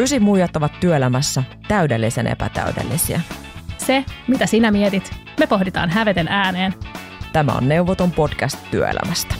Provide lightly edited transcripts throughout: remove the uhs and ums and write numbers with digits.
Ysimuijat ovat työelämässä täydellisen epätäydellisiä. Se, mitä sinä mietit, me pohditaan häveten ääneen. Tämä on neuvoton podcast työelämästä.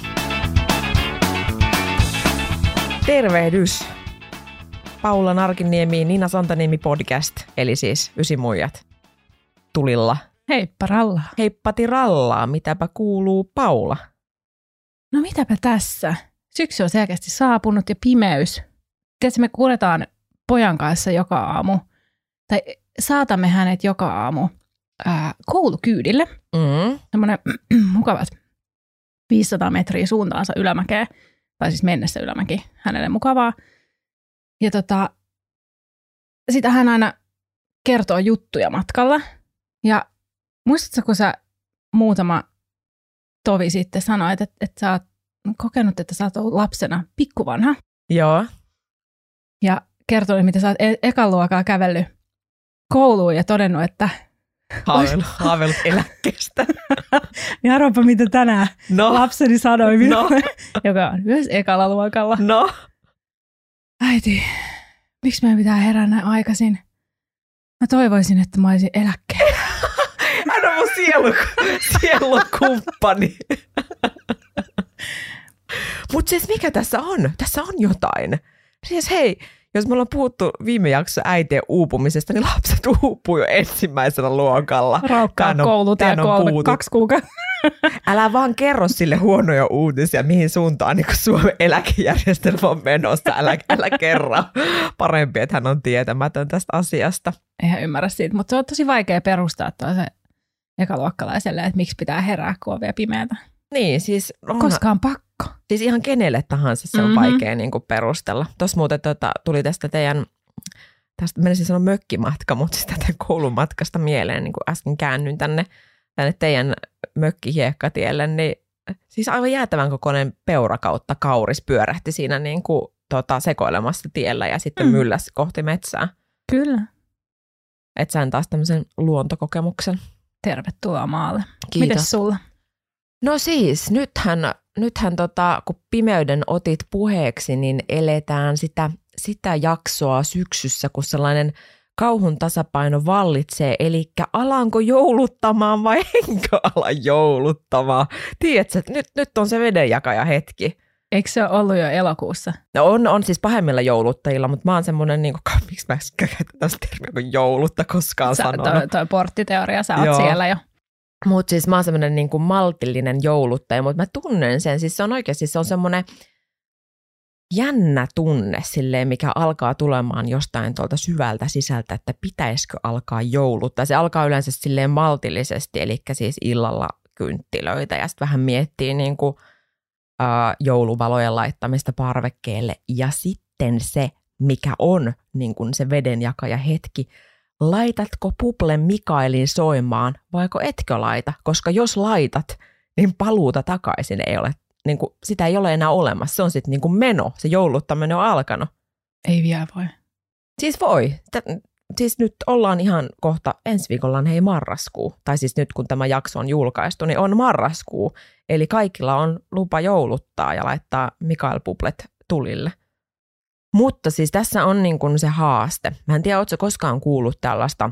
Tervehdys! Paula Narkiniemi, Nina Santaniemi podcast, eli siis Ysimuijat tulilla. Heippa rallaa. Heippati rallaa, mitäpä kuuluu Paula? No mitäpä tässä? Syksy on selkeästi saapunut ja pimeys. Tiedätkö, me kuljetaan pojan kanssa joka aamu, tai saatamme hänet joka aamu koulukyydille. Semmoinen mukavat 500 metriä suuntaansa ylämäkeä, tai siis mennessä ylämäki, hänelle mukavaa. Ja sitä hän aina kertoo juttuja matkalla. Ja muistatko, kun sä muutama tovi sitten sanoit, että sä oot kokenut, että sä oot ollut lapsena pikkuvanha? Joo. Ja kertoi, miten sä oot ekan luokalla kävellyt kouluun ja todennut, että haaveillut eläkkeestä. Ja arvopa, mitä tänään lapseni sanoi minulle, joka on myös ekalla luokalla. No. Äiti, miksi meidän pitää herää näin aikaisin? Mä toivoisin, että mä olisin eläkkeellä. Hän on mun sielukumppani. Mutta siis mikä tässä on? Tässä on jotain. Siis hei, jos me ollaan puhuttu viime jaksossa äitien uupumisesta, niin lapset uupuu jo ensimmäisellä luokalla. Raukkaa koulut ja 2 kuukautta. Älä vaan kerro sille huonoja uutisia, mihin suuntaan niin Suomen eläkejärjestelmä on menossa. Älä kerro. Parempi, että hän on tietämätön tästä asiasta. Eihän ymmärrä siitä, mutta se on tosi vaikea perustaa se ekaluokkalaiselle, että miksi pitää herää, kun on vielä pimeätä. Niin, siis koska on pakko. Siis ihan kenelle tahansa se on vaikea niin kuin perustella. Tuossa muuten tuli tästä menisin sanoa mökkimatka, mutta siis tätä koulumatkasta mieleen, niin kuin äsken käännyin tänne teidän mökkihiekkatielle, niin siis aivan jäätävän kokoinen peura kautta kauris pyörähti siinä niin kuin, sekoilemassa tiellä ja sitten mylläsi kohti metsää. Kyllä. Et sain taas tämmöisen luontokokemuksen. Tervetuloa maalle. Kiitos. Mites sulla? No siis, nythän kun pimeyden otit puheeksi, niin eletään sitä jaksoa syksyssä, kun sellainen kauhun tasapaino vallitsee. Eli alanko jouluttamaan vai enkö ala jouluttamaan? Tiedätkö, että nyt on se vedenjakaja hetki. Eikö se ole ollut jo elokuussa? No on siis pahemmilla jouluttajilla, mutta mä oon semmoinen, miksi mä käytän tästä termiä kuin joulutta koskaan sanonut. Toi porttiteoria, sä oot siellä jo. Mutta siis mä oon semmoinen niin kuin maltillinen jouluttaja, mutta mä tunnen sen. Siis se on oikeasti se on semmoinen jännä tunne silleen, mikä alkaa tulemaan jostain tuolta syvältä sisältä, että pitäisikö alkaa jouluttaa. Se alkaa yleensä silleen maltillisesti, eli siis illalla kynttilöitä ja sitten vähän miettii niin kuin, jouluvalojen laittamista parvekkeelle. Ja sitten se, mikä on niin kuin se vedenjakaja hetki, laitatko Puplen Mikaelin soimaan vaiko etkö laita? Koska jos laitat, niin paluuta takaisin ei ole, niin kuin, sitä ei ole enää olemassa. Se on sitten niin kuin meno, se jouluttaminen on alkanut. Ei vielä voi. Siis voi. Siis nyt ollaan ihan kohta, ensi viikolla on marraskuu. Tai siis nyt kun tämä jakso on julkaistu, niin on marraskuu. Eli kaikilla on lupa jouluttaa ja laittaa Mikael Puplet tulille. Mutta siis tässä on niin kuin se haaste. Mä en tiedä, ootko koskaan kuullut tällaista,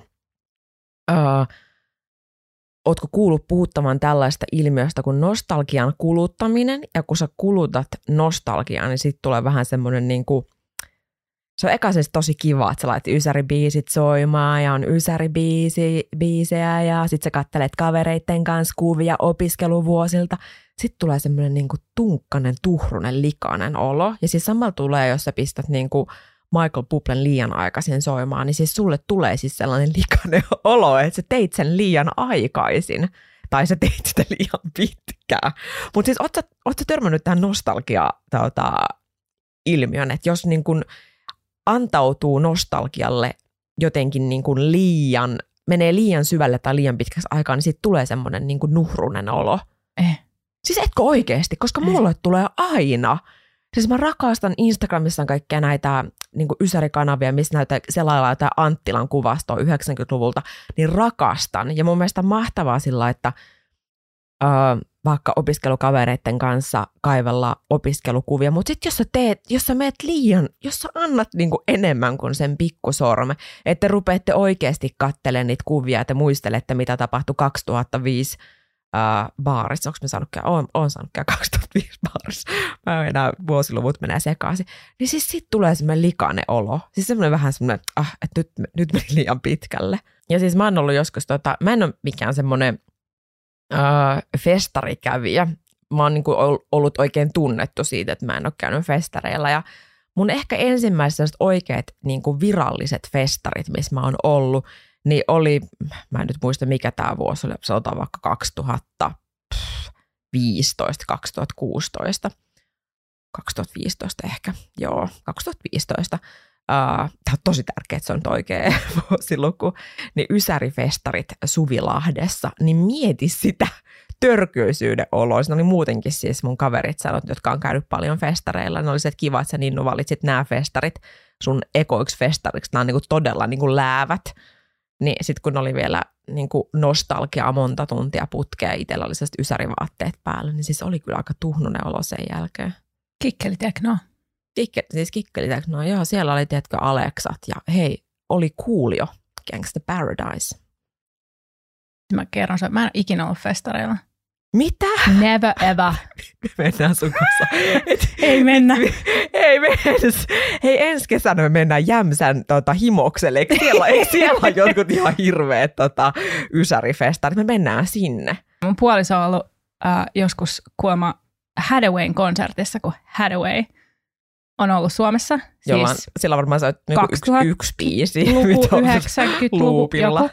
ootko kuullut puhuttavan tällaista ilmiöstä kuin nostalgian kuluttaminen. Ja kun sä kulutat nostalgiaa, niin sitten tulee vähän semmoinen niin kuin, se on eka siis tosi kiva, että sä laitat ysäribiisit soimaan ja on ysäribiisejä ja sit sä kattelet kavereitten kanssa kuvia opiskeluvuosilta. Sitten tulee semmoinen niinku tunkkanen, tuhrunen, likainen olo. Ja siis samalla tulee, jos sä pistät niinku Michael Bublen liian aikaisin soimaan, niin siis sulle tulee siis sellainen likainen olo, että sä teit sen liian aikaisin. Tai sä teit sitä liian pitkään. Mutta siis oot sä törmännyt tähän nostalgia-ilmiön, että jos niinku antautuu nostalgialle jotenkin niinku menee liian syvälle tai liian pitkäksi aikaa, niin siitä tulee semmoinen niinku nuhrunen olo. Siis etkö oikeasti, koska mulle tulee aina. Siis mä rakastan Instagramissa kaikkia näitä niin kuin ysärikanavia, missä näyttää sellailla jotain Anttilan kuvastoa 90-luvulta, niin rakastan. Ja mun mielestä mahtavaa sillä, että vaikka opiskelukavereiden kanssa kaivella opiskelukuvia, mutta sitten jos sä annat niinku enemmän kuin sen pikkusorme, että rupeatte oikeasti katselemaan niitä kuvia, että muistelette, mitä tapahtui 2005 baarissa. Onko mä saanutkaan? Oon saanutkaan 2005 baarissa. Mä en enää, vuosiluvut menee sekaisin. Niin siis sit tulee semmoinen likainen olo. Siis semmoinen vähän semmoinen, että nyt meni liian pitkälle. Ja siis mä oon ollut joskus, mä en ole mikään semmoinen festarikävijä. Mä oon niinku ollut oikein tunnettu siitä, että mä en ole käynyt festareilla. Ja mun ehkä ensimmäiset oikeat niinku viralliset festarit, missä mä oon ollut, niin oli, mä en nyt muista mikä tämä vuosi oli, sanotaan vaikka 2015, 2016, 2015 ehkä, joo, 2015. Tämä on tosi tärkeää, että se on nyt oikea vuosiluku. Niin Ysärifestarit Suvilahdessa, niin mieti sitä törkyisyyden oloa. Ne oli muutenkin siis mun kaverit sanot, jotka on käynyt paljon festareilla. Ne oli se, että kiva, että sä Ninnu valitsit nämä festarit sun ekoiksi festariksi. Nämä on niin kuin todella niin kuin läävät. Niin sitten kun oli vielä niin kuin nostalgiaa monta tuntia putkea, itsellä oli sellaiset ysärivaatteet päällä, niin siis oli kyllä aika tuhnunen olo sen jälkeen. Kikkelitekno. Kikkelitekno, joo, siellä oli tiedätkö Aleksat ja hei, oli Coolio, Gangsta Paradise. Mä kerron sen, mä en ole ikinä ollut festareilla. Mitä? Never ever. Mennään sun kanssa. Ei mennä. Hei, ensi kesänä me mennään Jämsän himokselle. Eikö siellä ole jotkut ihan hirveät ysärifestarit? Me mennään sinne. Mun puoliso on ollut joskus kuulemma Hathwayn konsertissa, kun Hathaway on ollut Suomessa. Sillä varmaan se on yksi biisi. Luku 90-luku joku.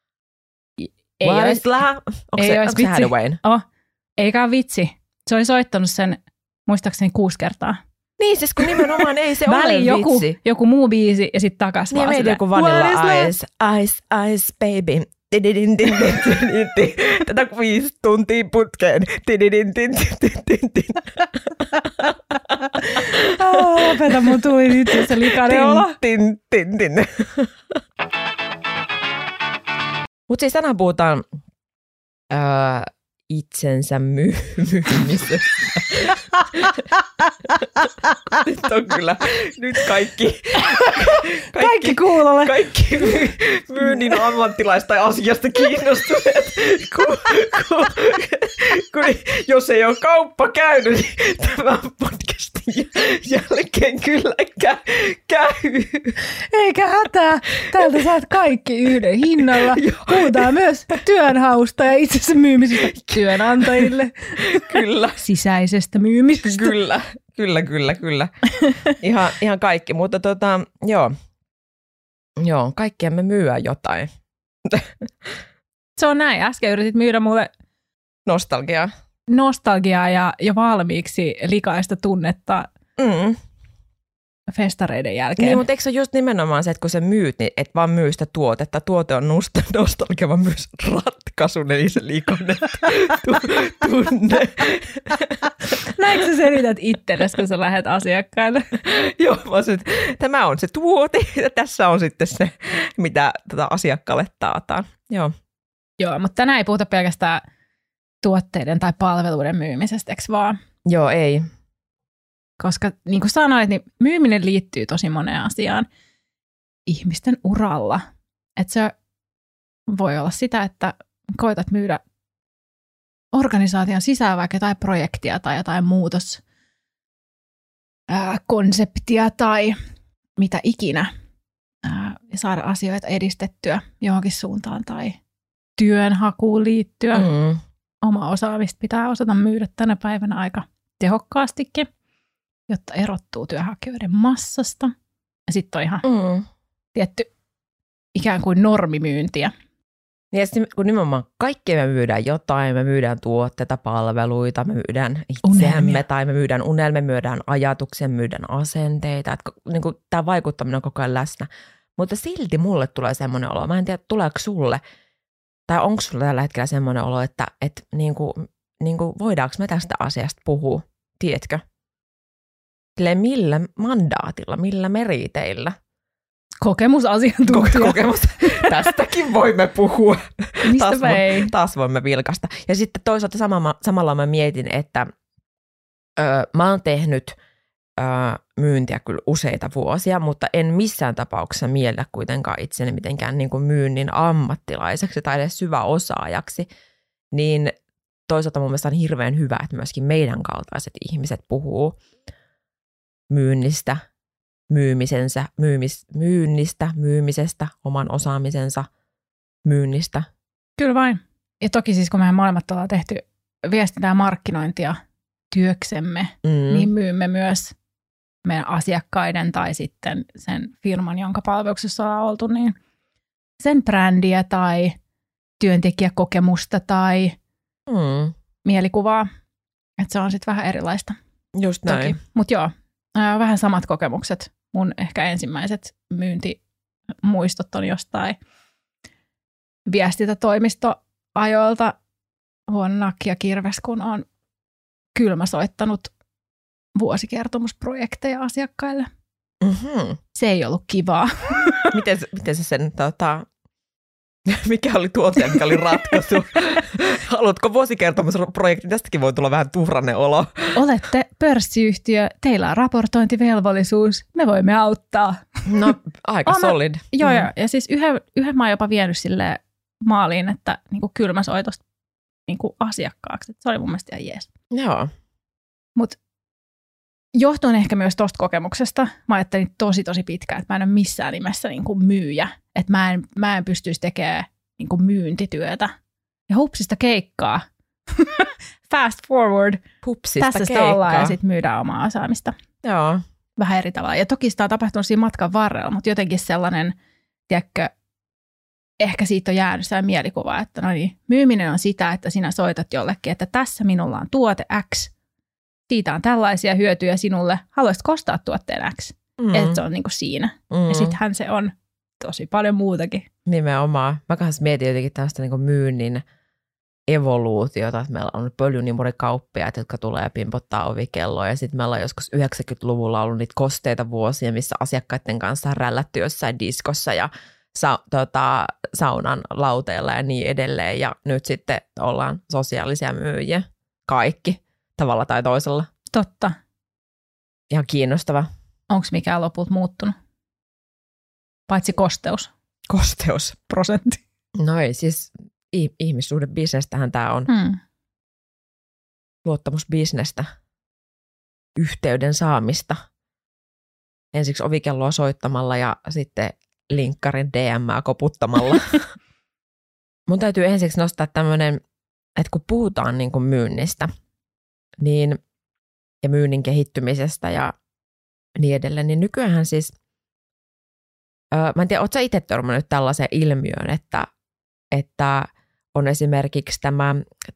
Onko se Hathwayn? Eikä vitsi. Se oli soittanut sen muistaakseni 6 kertaa. Niin, siis kun nimenomaan ei se ole vitsi. Joku muu biisi ja sitten takas niin, vaan silleen. Joku Vanilla Ice, baby. Tätä 5 tuntia putkeen. Lopeta, mun tuli nyt se likainen olo. Mutta siis tänään puhutaan itsensä myymisestä. Nyt on kyllä, nyt kaikki kuulolle. Kaikki myynnin ammattilaiset tai asiasta kiinnostuneet. Jos ei ole kauppa käynyt, niin tämän podcastin jälkeen kyllä käy. Eikä hätää. Täältä saat kaikki yhden hinnalla. Puhutaan myös työnhausta ja itsensä myymisestä työnantajille. Kyllä. Sisäisestä myymisestä. Kyllä. Ihan kaikki, mutta joo, kaikkien me myyä jotain. Se on näin. Äsken yritit myydä mulle nostalgiaa ja valmiiksi likaista tunnetta festareiden jälkeen. Niin, mutta eikö se ole just nimenomaan se, että kun sä myyt, niin et vaan myy sitä tuotetta. Tuote on nostalgia, vaan myös ratkaisun, eli se likainen tunne. Näinkö sä selität itsellesi, kun sä lähdet asiakkaille? Joo, vaan se, tämä on se tuote ja tässä on sitten se, mitä asiakkaalle taataan. Joo, mutta tänään ei puhuta pelkästään tuotteiden tai palveluiden myymisestä, eikö vaan? Joo, ei. Koska niin kuin sanoit, niin myyminen liittyy tosi moneen asiaan ihmisten uralla. Että se voi olla sitä, että koetat myydä organisaation sisään vaikka jotain projektia tai jotain muutoskonseptia tai mitä ikinä. Ja saada asioita edistettyä johonkin suuntaan tai työnhakuun liittyä. Oma osaamista pitää osata myydä tänä päivänä aika tehokkaastikin, jotta erottuu työnhakijoiden massasta. Ja sitten on ihan tietty ikään kuin normimyyntiä. Ja kun nimenomaan kaikki me myydään jotain, me myydään tuotteita, palveluita, me myydään itseämme tai me myydään unelmia, me myydään ajatuksia, me myydään asenteita. Niin tämä vaikuttaminen on koko ajan läsnä. Mutta silti mulle tulee semmoinen olo, mä en tiedä tuleeko sulle, tai onko sulla tällä hetkellä semmoinen olo, että niin kuin voidaanko me tästä asiasta puhua, tiedätkö? Millä mandaatilla, millä meriteillä? Kokemusasiantuntija. Kokemus. Tästäkin voimme puhua. Mistä ei? Taas voimme vilkasta. Ja sitten toisaalta samalla mä mietin, että mä oon tehnyt myyntiä kyllä useita vuosia, mutta en missään tapauksessa miellä kuitenkaan itseni mitenkään niin kuin myynnin ammattilaiseksi tai edes syväosaajaksi. Niin toisaalta mun mielestä on hirveän hyvä, että myöskin meidän kaltaiset ihmiset puhuu myynnistä, myymisestä, oman osaamisensa myynnistä. Kyllä vain. Ja toki siis kun mehän molemmat ollaan tehty viestintää ja markkinointia työksemme, niin myymme myös meidän asiakkaiden tai sitten sen firman, jonka palveluksessa ollaan oltu, niin sen brändiä tai työntekijäkokemusta tai mielikuvaa. Että se on sitten vähän erilaista. Just näin. Mutta joo, vähän samat kokemukset. Mun ehkä ensimmäiset myyntimuistot on jostain viestintätoimistoajoilta vuonna Nakki ja Kirves, kun on kylmäsoittanut vuosikertomusprojekteja asiakkaille. Mm-hmm. Se ei ollut kivaa. Miten se sen, mikä oli tuote, mikä oli ratkaisu? Haluatko vuosikertomusprojekti? Tästäkin voi tulla vähän tuhranne olo. Olette pörssiyhtiö, teillä on raportointivelvollisuus, me voimme auttaa. No, aika solid. Joo, ja siis yhden mä oon jopa vienyt sille maaliin, että niinku kylmäsoitosta niinku asiakkaaksi. Se oli mun mielestä ihan jees. Joo. Mutta johtuen ehkä myös tuosta kokemuksesta, mä ajattelin tosi pitkään, että mä en ole missään nimessä niinku myyjä. Että mä en pystyisi tekemään niinku myyntityötä. Ja hupsista keikkaa. Fast forward. Hupsista tässä keikkaa. ollaan ja sitten myydään omaa osaamista. Joo. Vähän eri tavalla. Ja toki sitä on tapahtunut siinä matkan varrella, mutta jotenkin sellainen, tiedätkö, ehkä siitä on jäänyt sellainen mielikuva, että no niin, myyminen on sitä, että sinä soitat jollekin, että tässä minulla on tuote X, siitä on tällaisia hyötyjä sinulle, haluaisitko ostaa tuotteen X? Että se on niin kuin siinä. Ja sittenhän se on tosi paljon muutakin. Nimenomaan. Mä kanssa mietin jotenkin tästä niin kuin myynnin evoluutiota, että meillä on paljon niin moni kauppiaita, jotka tulee pimpottaa ovikelloa, ja sitten meillä on joskus 90-luvulla ollut niitä kosteita vuosia, missä asiakkaiden kanssa on rällätty jossain diskossa ja saunan lauteilla ja niin edelleen, ja nyt sitten ollaan sosiaalisia myyjiä. Kaikki, tavalla tai toisella. Totta. Ihan kiinnostava. Onko mikään lopulta muuttunut? Paitsi kosteus. Kosteusprosentti. No ei, siis ihmissuhdebisnestähän tämä on. Luottamusbisnestä. Yhteyden saamista. Ensiksi ovikelloa soittamalla ja sitten linkkarin DM:ää koputtamalla. Mun täytyy ensiksi nostaa tämmöinen, että kun puhutaan niin kuin myynnistä niin, ja myynnin kehittymisestä ja niin edelleen, niin nykyään siis, mä en tiedä, ootko sä itse törmännyt tällaiseen ilmiöön, että on esimerkiksi tämä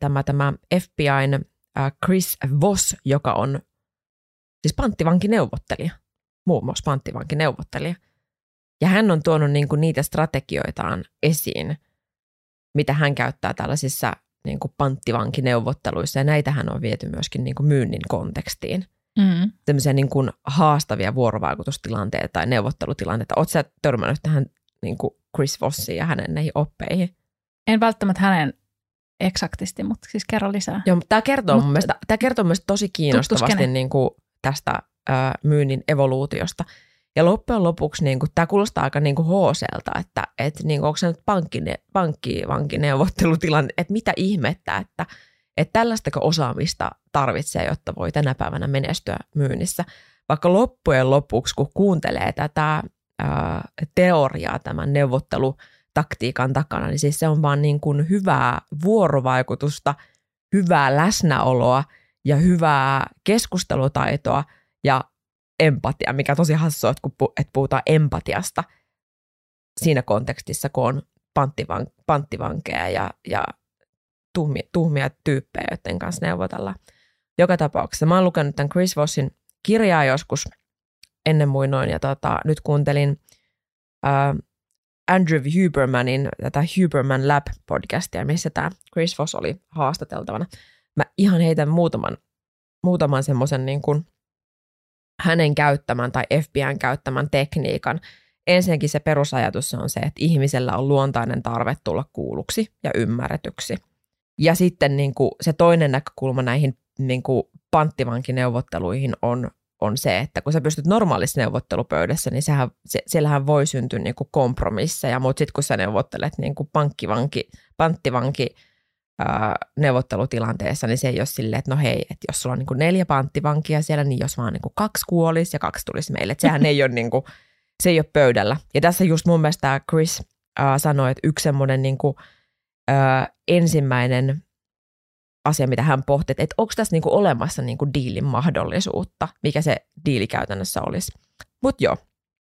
FBI:n Chris Voss, joka on siis panttivankineuvottelija, muun muassa panttivankineuvottelija. Ja hän on tuonut niinku niitä strategioitaan esiin, mitä hän käyttää tällaisissa niinku panttivankineuvotteluissa. Ja näitähän on viety myöskin niinku myynnin kontekstiin. Tämmöisiä niinku haastavia vuorovaikutustilanteita tai neuvottelutilanteita. Oletko sä törmännyt tähän niinku Chris Vossiin ja hänen näihin oppeihin? En välttämättä hänen eksaktisti, mutta siis kerro lisää. Joo, mutta tämä kertoo mun mielestä tosi kiinnostavasti niinku tästä myynnin evoluutiosta. Ja loppujen lopuksi niinku, tämä kuulostaa aika niinku HC:lta, että niinku, onko se nyt pankkivankineuvottelutilanne, että mitä ihmettä, että tällaistako osaamista tarvitsee, jotta voi tänä päivänä menestyä myynnissä. Vaikka loppujen lopuksi, kun kuuntelee tätä teoriaa tämän neuvottelutaktiikan takana, niin siis se on vaan niin kuin hyvää vuorovaikutusta, hyvää läsnäoloa ja hyvää keskustelutaitoa ja empatia, mikä on tosi hassua, että puhutaan empatiasta siinä kontekstissa, kun on panttivankeja ja tuhmia tyyppejä, joiden kanssa neuvotellaan. Joka tapauksessa mä oon lukenut tämän Chris Vossin kirjaa joskus ennen muinoin, ja nyt kuuntelin Andrew Hubermanin tätä Huberman Lab-podcastia, missä tämä Chris Voss oli haastateltavana. Mä ihan heitän muutaman semmoisen niin kuin hänen käyttämän tai FBI:n käyttämän tekniikan ensinnäkin se perusajatus on se, että ihmisellä on luontainen tarve tulla kuulluksi ja ymmärretyksi. Ja sitten niin kuin se toinen näkökulma näihin niin kuin panttivankineuvotteluihin on se, että kun sä pystyt normaalissa neuvottelupöydässä, niin siellähän voi syntyä niin kuin kompromisseja, mutta sitten kun sä neuvottelet niin kuin panttivanki neuvottelutilanteessa, niin se ei ole silleen, että no hei, että jos sulla on niin kuin 4 panttivankia siellä, niin jos vaan niin kuin 2 kuolisi ja 2 tulisi meille, että sehän ei ole, niin kuin, se ei ole pöydällä. Ja tässä just mun mielestä Chris sanoi, että yksi semmoinen niin kuin, ensimmäinen asia, mitä hän pohti, että onko tässä niin kuin olemassa niin kuin diilin mahdollisuutta, mikä se diili käytännössä olisi. Mutta joo,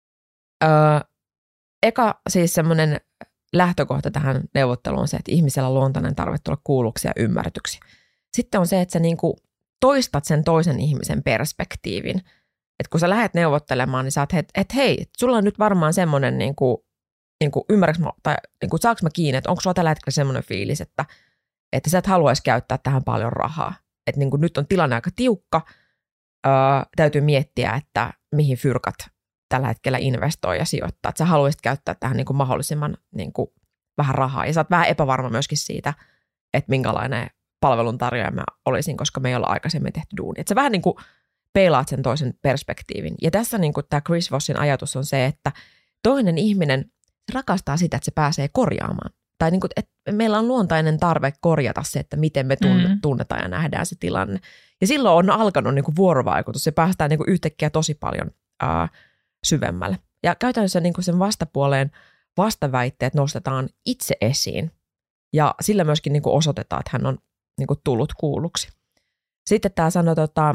eka siis semmoinen lähtökohta tähän neuvotteluun on se, että ihmisellä on luontainen tarve tulla kuulluksi ja ymmärretyksi. Sitten on se, että sä niinku toistat sen toisen ihmisen perspektiivin. Että kun sä lähdet neuvottelemaan, niin sä oot, että hei, sulla on nyt varmaan semmoinen, ymmärräks mä, tai saaks mä kiinni, että onko sulla tällä hetkellä semmoinen fiilis, että sä et haluaisi käyttää tähän paljon rahaa. Että nyt on tilanne aika tiukka, täytyy miettiä, että mihin fyrkat tällä hetkellä investoi ja sijoittaa. Että sä haluaisit käyttää tähän niin kuin mahdollisimman niin kuin vähän rahaa. Ja sä oot vähän epävarma myöskin siitä, että minkälainen palveluntarjoaja mä olisin, koska me ei olla aikaisemmin tehty duunia. Että sä vähän niin kuin peilaat sen toisen perspektiivin. Ja tässä niin kuin tämä Chris Vossin ajatus on se, että toinen ihminen rakastaa sitä, että se pääsee korjaamaan. Tai niin kuin, että meillä on luontainen tarve korjata se, että miten me tunnetaan ja nähdään se tilanne. Ja silloin on alkanut niin kuin vuorovaikutus ja päästään niin kuin yhtäkkiä tosi paljon syvemmälle. Ja käytännössä niin kuin sen vastapuoleen vastaväitteet nostetaan itse esiin. Ja sillä myöskin niin kuin osoitetaan, että hän on niin kuin tullut kuulluksi. Sitten tämä sanoi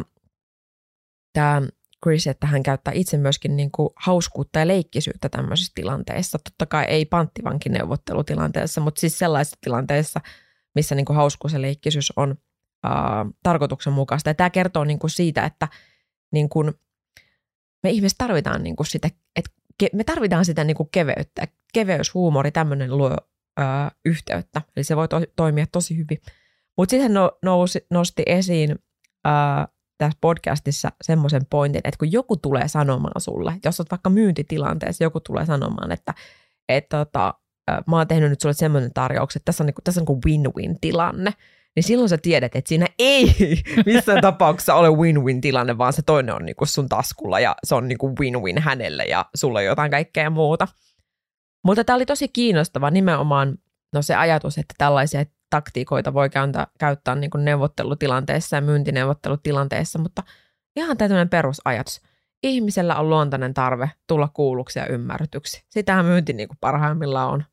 tämä Chris, että hän käyttää itse myöskin niin kuin hauskuutta ja leikkisyyttä tämmöisissä tilanteissa. Totta kai ei panttivankin neuvottelutilanteessa, mutta siis sellaisissa tilanteissa, missä niin kuin hauskuus ja leikkisyys on tarkoituksenmukaista. Ja tämä kertoo niin kuin siitä, että niin kuin me ihmiset tarvitaan niin kuin sitä, että me tarvitaan sitä niin kuin keveyttä. Keveys, huumori, tämmöinen luo yhteyttä. Eli se voi toimia tosi hyvin. Mutta sitten hän nosti esiin tässä podcastissa semmoisen pointin, että kun joku tulee sanomaan sulle, jos olet vaikka myyntitilanteessa, joku tulee sanomaan, että mä oon tehnyt nyt sulle semmoinen tarjouksen, että tässä on niin kuin win-win tilanne, niin silloin sä tiedät, että siinä ei missään tapauksessa ole win-win tilanne, vaan se toinen on niin kuin sun taskulla ja se on niin kuin win-win hänelle ja sulle jotain kaikkea muuta. Mutta tämä oli tosi kiinnostava nimenomaan se ajatus, että tällaisia taktiikoita voi käyttää niin kuin neuvottelutilanteessa ja myyntineuvottelutilanteessa, mutta ihan tämmöinen perusajatus. Ihmisellä on luontainen tarve tulla kuulluksi ja ymmärretyksi. Sitähän myynti niin kuin parhaimmillaan on.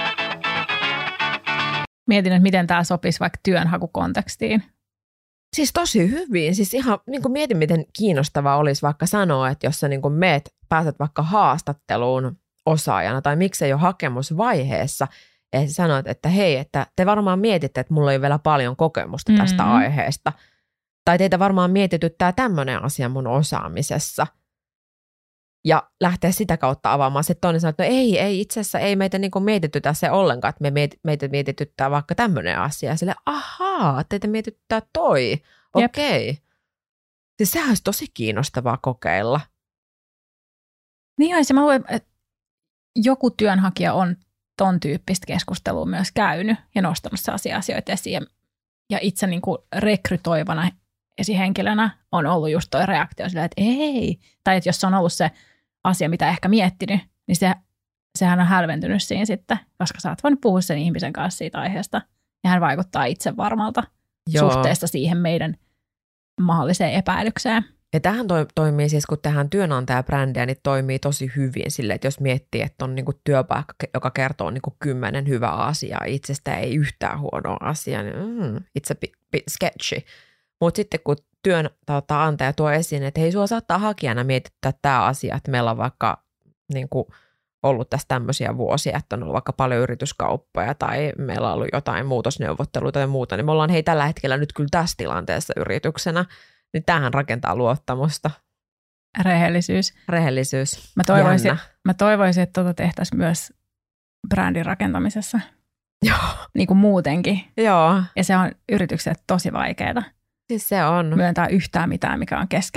Mietin, että miten tämä sopisi vaikka työnhakukontekstiin. Siis tosi hyvin. Siis ihan niin kuin mietin, miten kiinnostavaa olisi vaikka sanoa, että jos sä niin kuin pääset vaikka haastatteluun osaajana tai miksei jo hakemusvaiheessa, ja sanoit, että hei, että te varmaan mietitte, että mulla ei vielä paljon kokemusta tästä aiheesta. Tai teitä varmaan mietityttää tämmöinen asia mun osaamisessa. Ja lähteä sitä kautta avaamaan. Sitten toinen sanoo, että no ei itse asiassa ei meitä niinku mietitytä se ollenkaan, että meitä mietityttää vaikka tämmöinen asia. Ja sille, ahaa, teitä mietityttää toi. Okei. Siis sehän olisi tosi kiinnostavaa kokeilla. Niin olisi, mä luulen, että joku työnhakija on ton tyyppistä keskustelua myös käynyt ja nostanut sellaisia asioita esiin. Ja itse niin kuin rekrytoivana esihenkilönä on ollut just toi reaktio sillä, että ei. Tai että jos on ollut se asia, mitä ehkä miettinyt, niin sehän on hälventynyt siinä sitten, koska sä oot voinut puhua sen ihmisen kanssa siitä aiheesta. Ja hän vaikuttaa itse varmalta suhteesta siihen meidän mahdolliseen epäilykseen. Ja tähän toimii siis, kun tehdään työnantajabrändiä, niin toimii tosi hyvin silleen, että jos miettii, että on niinku työpaikka, joka kertoo niinku 10 hyvää asiaa itsestä, ei yhtään huonoa asiaa, niin it's a bit sketchy. Mutta sitten kun työnantaja tuo esiin, että hei, sua saattaa hakijana mietittää tämä asia, että meillä on vaikka niinku ollut tässä tämmöisiä vuosia, että on ollut vaikka paljon yrityskauppoja tai meillä on ollut jotain muutosneuvotteluita ja muuta, niin me ollaan hei tällä hetkellä nyt kyllä tässä tilanteessa yrityksenä, niin tämähän rakentaa luottamusta. Rehellisyys. Mä toivoisin, että tehtäisiin myös brändin rakentamisessa. Joo. Niin kuin muutenkin. Joo. Ja se on yritykselle tosi vaikeaa. Siis se on. Myöntää yhtään mitään, mikä on kesken.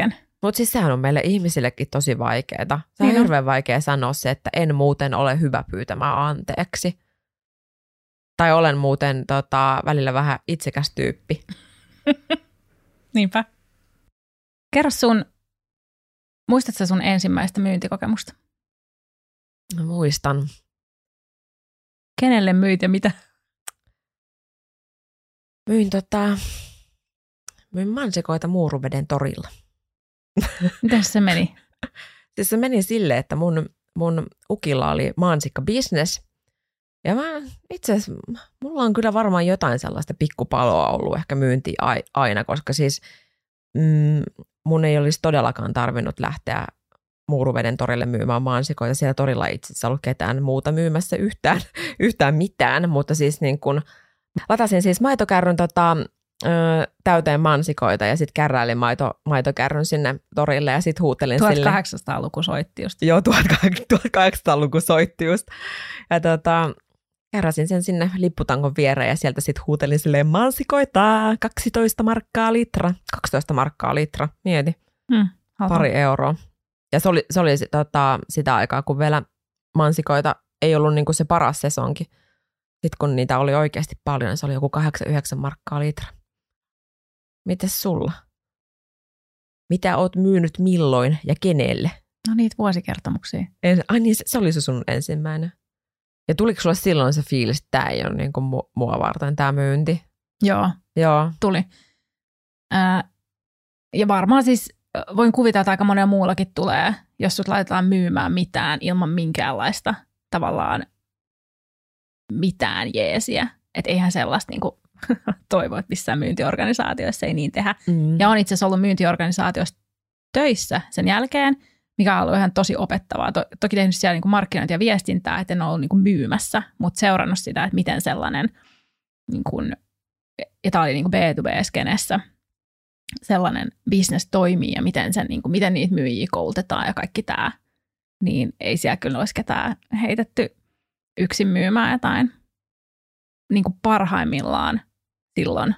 Mutta siis sehän on meille ihmisillekin tosi vaikeaa. Se on hirveän vaikea sanoa se, että en muuten ole hyvä pyytämään anteeksi. Tai olen muuten välillä vähän itsekäs tyyppi. Niinpä. Kerro muistatko sun ensimmäistä myyntikokemusta? Muistan. Kenelle myit ja mitä? Myin mansikoita Muuruveden torilla. Miten se meni? Siis se meni silleen, että mun ukilla oli mansikkabisnes. Ja itse asiassa mulla on kyllä varmaan jotain sellaista pikkupaloa ollut ehkä myyntiä aina, koska siis mun ei olisi todellakaan tarvinnut lähteä Muuruveden torille myymään mansikoita. Siellä torilla ei itse asiassa ollut ketään muuta myymässä yhtään mitään, mutta siis niin kun latasin siis maitokärryn täyteen mansikoita ja sitten kärräilin maitokärryn sinne torille ja sitten huutelin 1800-luku soitti just. Joo, 1800-luku soitti just. Ja kärräsin sen sinne lipputangon viereen ja sieltä sitten huutelin silleen mansikoita, 12 markkaa litra. 12 markkaa litra, mieti. Pari euroa. Ja se oli sitä aikaa, kun vielä mansikoita ei ollut niinku se paras sesonki. Sitten kun niitä oli oikeasti paljon, niin se oli joku 8-9 markkaa litra. Mites sulla? Mitä oot myynyt milloin ja kenelle? No niitä vuosikertomuksia. Ai niin, se oli se sun ensimmäinen. Ja tuliko sulle silloin se fiilis, että tämä ei ole niin kuin mua varten tämä myynti? Joo. Tuli. Ja varmaan siis voin kuvitella, että aika monen muullakin tulee, jos sut laitetaan myymään mitään ilman minkäänlaista tavallaan mitään jeesiä. Että eihän sellaista niinku toivo, että missään myyntiorganisaatioissa ei niin tehdä. Ja on itse asiassa ollut myyntiorganisaatioissa töissä sen jälkeen, mikä on ollut ihan tosi opettavaa. Toki tehnyt siellä niinku markkinointia ja viestintää, että en ole ollut niinku myymässä, mutta seurannut sitä, että miten sellainen, niinku, ja tämä oli niinku B2B-skenessä, sellainen business toimii ja miten niitä myyjiä koulutetaan ja kaikki tämä, niin ei siellä kyllä olisi ketään heitetty yksin myymään jotain niin kuin parhaimmillaan silloin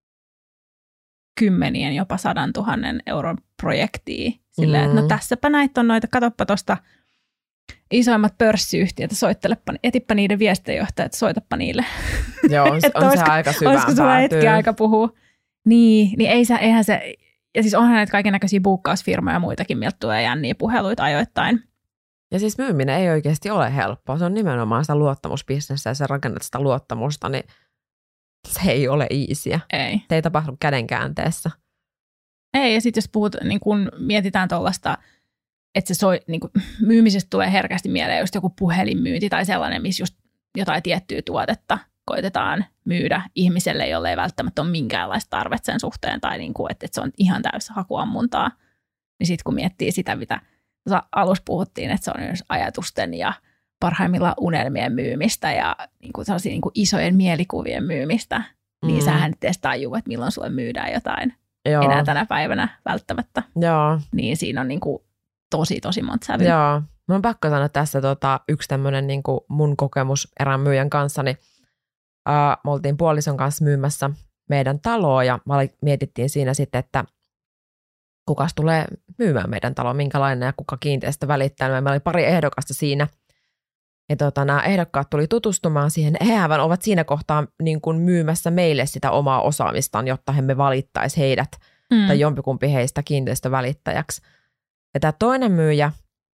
10 jopa 100 000 euron projektia. Silleen, että no tässäpä näitä on noita, katsoppa tuosta isoimmat pörssiyhtiöt, etipä niiden viestintäjohtajat, soitappa niille. Joo, on se aika syvään olisiko sulla hetki aika puhua? Niin eihän se, ja siis onhan näitä kaikennäköisiä buukkausfirmoja ja muitakin, miltä tulee jänniä puheluita ajoittain. Ja siis myyminen ei oikeasti ole helppoa. Se on nimenomaan sitä luottamusbisnestä ja sä rakennat sitä luottamusta, niin se ei ole easyä. Ei. Se ei tapahdu kädenkäänteessä. Ei, ja sitten jos niin kun mietitään tuollaista, että se niin kun, myymisestä tulee herkästi mieleen just joku puhelinmyynti tai sellainen, missä just jotain tiettyä tuotetta koitetaan myydä ihmiselle, jolle ei välttämättä ole minkäänlaista tarvetta sen suhteen, tai niin kuin, että se on ihan täysin hakuammuntaa. Niin sitten kun miettii sitä, mitä alussa puhuttiin, että se on myös ajatusten ja parhaimmillaan unelmien myymistä ja niin kuin sellaisia niin kuin isojen mielikuvien myymistä, niin sähän nyt edes tajuu, että milloin sulle myydään jotain enää tänä päivänä välttämättä. Joo. Niin siinä on niin kuin tosi monta sävyä. Joo. Mun on pakko sanoa tässä yksi tämmöinen niin kuin mun kokemus erään myyjän kanssa, niin me oltiin puolison kanssa myymässä meidän taloa ja mietittiin siinä sitten, että kukas tulee myymään meidän talo, minkälainen ja kuka kiinteistö välittää. Meillä oli pari ehdokasta siinä. Ja nämä ehdokkaat tuli tutustumaan siihen. Hehän ovat siinä kohtaa niin kuin myymässä meille sitä omaa osaamistaan, jotta me valittaisi heidät tai jompikumpi heistä kiinteistövälittäjäksi. Ja tämä toinen myyjä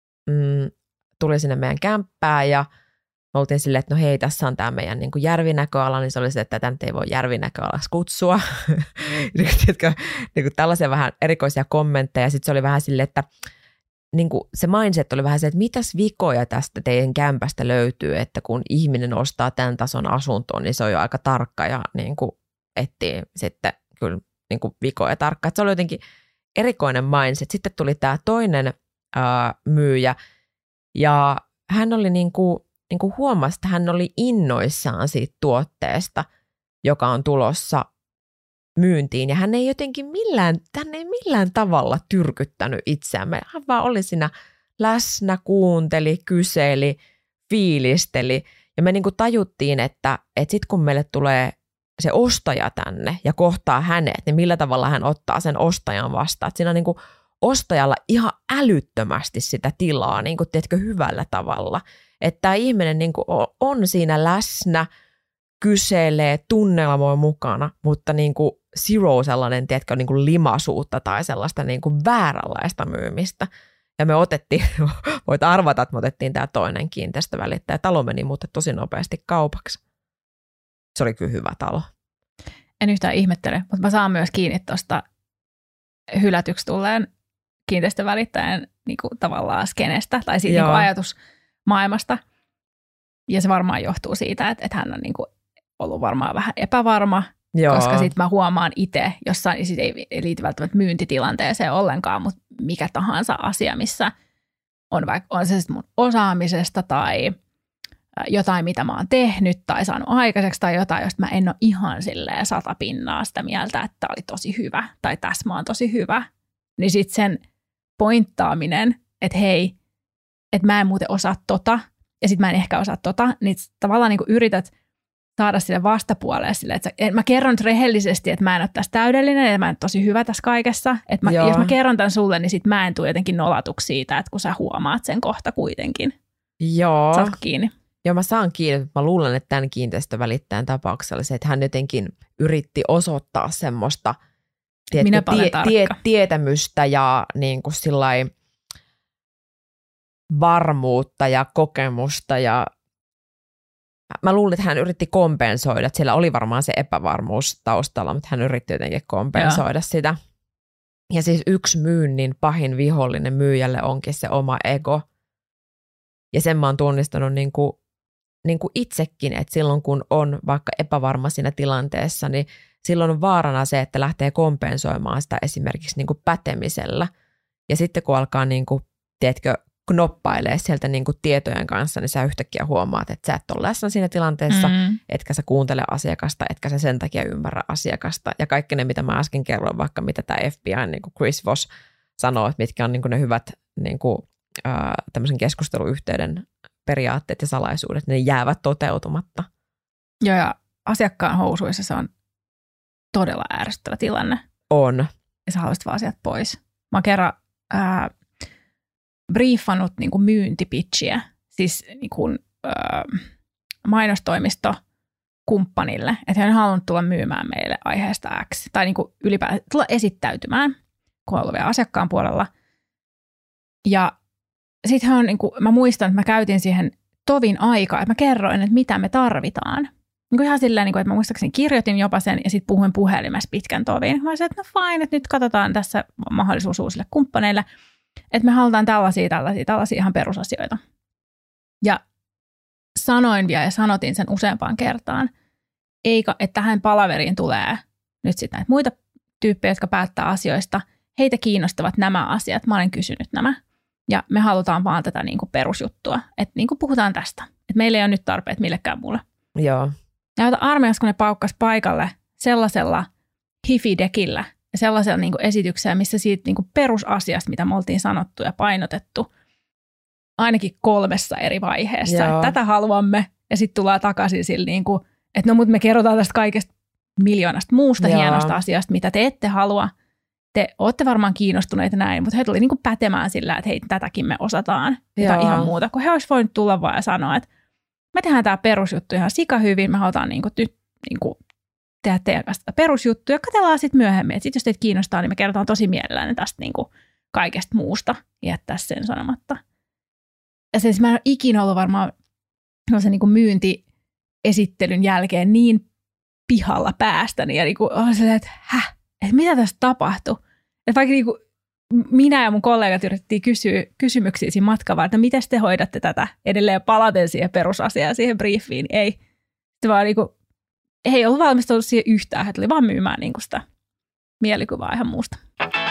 tuli sinne meidän kämppään ja me oltiin silleen, että no hei, tässä on tämä meidän niin kuin järvinäköala, niin se oli se, että tätä nyt ei voi järvinäköalaksi kutsua. niin kuin tällaisia vähän erikoisia kommentteja. Sitten se oli vähän silleen, että niin kuin se mindset oli vähän se, että mitäs vikoja tästä teidän kämpästä löytyy, että kun ihminen ostaa tämän tason asuntoon, niin se on jo aika tarkka ja niin kuin etsii sitten kyllä niin kuin vikoja tarkka. Että se oli jotenkin erikoinen mindset. Sitten tuli tämä toinen myyjä ja hän oli niin kuin huomasi, että hän oli innoissaan siitä tuotteesta, joka on tulossa myyntiin. Ja hän ei jotenkin millään tavalla tyrkyttänyt itseään. Hän vaan oli siinä läsnä, kuunteli, kyseli, fiilisteli. Ja me niin kuin tajuttiin, että sitten kun meille tulee se ostaja tänne ja kohtaa hänet, niin millä tavalla hän ottaa sen ostajan vastaan. Että siinä niin kuin ostajalla ihan älyttömästi sitä tilaa, niin kuin tiedätkö, hyvällä tavalla. Että tämä ihminen niin kuin on siinä läsnä, kyselee, tunnelma on mukana, mutta niin kuin zero sellainen, tiedätkö, niin kuin limaisuutta tai sellaista niin kuin vääränlaista myymistä. Ja me otettiin, voit arvata, että me otettiin tämä toinen kiinteistövälittäjä. Talo meni muuten tosi nopeasti kaupaksi. Se oli kyllä hyvä talo. En yhtään ihmettele, mutta mä saan myös kiinni tuosta hylätyksi tulleen kiinteistövälittäjän niin kuin tavallaan skenestä tai siitä niin kuin ajatusmaailmasta. Ja se varmaan johtuu siitä, että hän on niin kuin ollut varmaan vähän epävarma, koska sitten mä huomaan itse, jossain sit ei liity välttämättä myyntitilanteeseen ollenkaan, mutta mikä tahansa asia, missä on vaikka on se sitten mun osaamisesta tai jotain, mitä mä oon tehnyt tai saanut aikaiseksi tai jotain, josta mä en ole ihan silleen 100% sitä mieltä, että tää oli tosi hyvä tai tässä mä oon tosi hyvä. Niin sitten sen pointtaaminen, että hei, että mä en muuten osaa tota ja sitten mä en ehkä osaa tota, niin tavallaan niin kuin yrität saada sille vastapuolelle sille, että mä kerron nyt rehellisesti, että mä en ole tässä täydellinen ja mä en ole tosi hyvä tässä kaikessa. Että jos mä kerron tämän sulle, niin sit mä en tule jotenkin nolatuksi siitä, että kun sä huomaat sen kohta kuitenkin. Joo. Saatko kiinni? Joo, mä saan kiinni. Mä luulen, että tämän kiinteistövälittäjän tapauksessa oli se, että hän jotenkin yritti osoittaa semmoista tietämystä ja niin kuin sillai varmuutta ja kokemusta ja mä luulen, että hän yritti kompensoida, että siellä oli varmaan se epävarmuus taustalla, mutta hän yritti jotenkin kompensoida sitä. Ja siis yksi myynnin pahin vihollinen myyjälle onkin se oma ego. Ja sen mä oon tunnistanut niin kuin itsekin, että silloin kun on vaikka epävarma siinä tilanteessa, niin silloin on vaarana se, että lähtee kompensoimaan sitä esimerkiksi niin kuin pätemisellä. Ja sitten kun alkaa niin kuin, tiedätkö, knoppailee sieltä niin kuin tietojen kanssa, niin sä yhtäkkiä huomaat, että sä et ole läsnä siinä tilanteessa, etkä sä kuuntele asiakasta, etkä sä sen takia ymmärrä asiakasta. Ja kaikki ne, mitä mä äsken kerroin, vaikka mitä tämä FBI, niin kuin Chris Voss sanoo, että mitkä on niin kuin ne hyvät niin kuin, tämmöisen keskusteluyhteyden periaatteet ja salaisuudet, ne jäävät toteutumatta. Joo, ja asiakkaan housuissa se on todella ärsyttävä tilanne. On. Ja sä haluaisit vaan asiat pois. Mä oon kerran briefannut niin kuin myyntipitchiä, siis niin kuin, mainostoimisto kumppanille, että hän on halunnut tulla myymään meille aiheesta X, tai niin kuin ylipäätään tulla esittäytymään, kun on ollut vielä asiakkaan puolella. Ja sitten hän on, niin kuin, mä muistan, että mä käytin siihen tovin aikaa, että mä kerroin, että mitä me tarvitaan. Niin kuin ihan silleen, että mä muistaakseni kirjoitin jopa sen ja sitten puhuin puhelimessa pitkän tovin. Mä sanoin, että no fine, että nyt katsotaan tässä mahdollisuus uusille kumppaneille, että me halutaan tällaisia ihan perusasioita. Ja sanoin vielä ja sanotin sen useampaan kertaan, eikä, että tähän palaveriin tulee nyt sitten näitä muita tyyppejä, jotka päättää asioista. Heitä kiinnostavat nämä asiat, mä olen kysynyt nämä. Ja me halutaan vaan tätä niin kuin perusjuttua, että niin kuin puhutaan tästä. Että meillä ei ole nyt tarpeet millekään muulle. Joo. Ja armeijassa, kun ne paukkas paikalle sellaisella hifidekillä ja sellaisella niin kuin esityksellä, missä siitä niin kuin perusasiasta, mitä me oltiin sanottu ja painotettu, ainakin 3 eri vaiheessa, että tätä haluamme. Ja sitten tullaan takaisin sillä niin kuin, että no mutta me kerrotaan tästä kaikesta miljoonasta muusta hienosta asiasta, mitä te ette halua. Te olette varmaan kiinnostuneita näin, mutta he tuli niin kuin pätemään sillä, että hei, tätäkin me osataan. Tai ihan muuta, kun he olisivat voineet tulla vaan ja sanoa, että me tehdään tämä perusjuttu ihan sika hyvin, me halutaan niin kuin tehdä teidän kanssa tätä perusjuttua ja katsellaan sitten myöhemmin. Sitten jos teitä kiinnostaa, niin me kerrotaan tosi mielellään tästä niin kuin kaikesta muusta jättää sen sanomatta. Ja siis mä en ole ikinä ollut varmaan niin kuin myyntiesittelyn jälkeen niin pihalla päästäni ja niin kuin on silleen, että että mitä tässä tapahtui? Että vaikka niin kuin minä ja mun kollegat yritettiin kysyä kysymyksiä siinä matkan varrella, että miten te hoidatte tätä edelleen palaten siihen perusasiaan, siihen briefiin, niin ei. Sitten vaan niin kuin, ei ollut valmistunut siihen yhtään, he tuli vaan myymään niin kuin sitä mielikuvaa ihan muusta.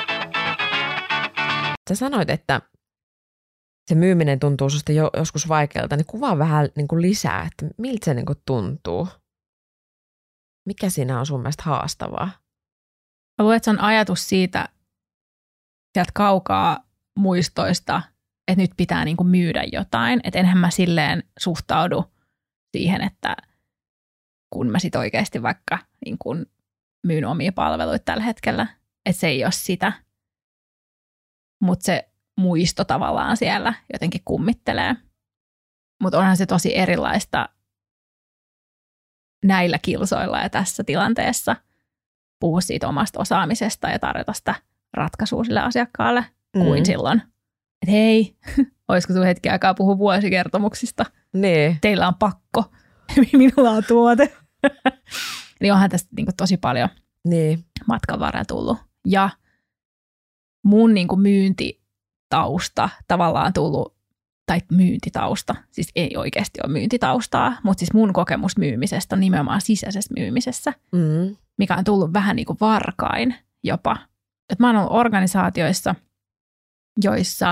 Sä sanoit, että se myyminen tuntuu susta joskus vaikealta, niin kuvaa vähän niin kuin lisää, että miltä se niin kuin tuntuu. Mikä siinä on sun mielestä haastavaa? Mä luulen, että se on ajatus sieltä kaukaa muistoista, että nyt pitää niin kuin myydä jotain. Että enhän mä silleen suhtaudu siihen, että kun mä sit oikeasti vaikka niin kuin myyn omia palveluita tällä hetkellä, että se ei ole sitä. mutta se muisto tavallaan siellä jotenkin kummittelee. Mutta onhan se tosi erilaista näillä kilsoilla ja tässä tilanteessa puhua siitä omasta osaamisesta ja tarjota sitä ratkaisua sille asiakkaalle kuin silloin. Että hei, olisiko sun hetki aikaa puhua vuosikertomuksista? Niin. Teillä on pakko, minulla on tuote. Niin onhan tästä niin kuin tosi paljon matkan varrella tullut. Ja mun niin kuin myyntitausta tavallaan tullut, tai myyntitausta, siis ei oikeasti ole myyntitaustaa, mutta siis mun kokemus myymisestä on nimenomaan sisäisessä myymisessä, mikä on tullut vähän niin kuin varkain jopa. Et mä oon ollut organisaatioissa, joissa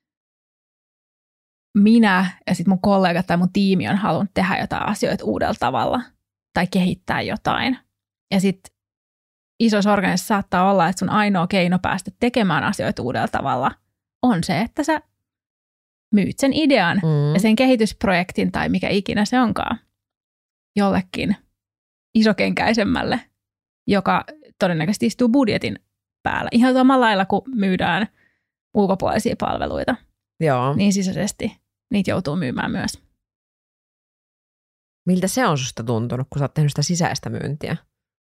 minä ja sitten mun kollegat tai mun tiimi on halunnut tehdä jotain asioita uudella tavalla tai kehittää jotain. Ja sitten isoissa organisaatioissa saattaa olla, että sun ainoa keino päästä tekemään asioita uudella tavalla on se, että sä myyt sen idean ja sen kehitysprojektin tai mikä ikinä se onkaan jollekin isokenkäisemmälle, joka todennäköisesti istuu budjetin päällä. Ihan samalla lailla, kun myydään ulkopuolisia palveluita, niin sisäisesti niitä joutuu myymään myös. Miltä se on susta tuntunut, kun sä oot tehnyt sitä sisäistä myyntiä?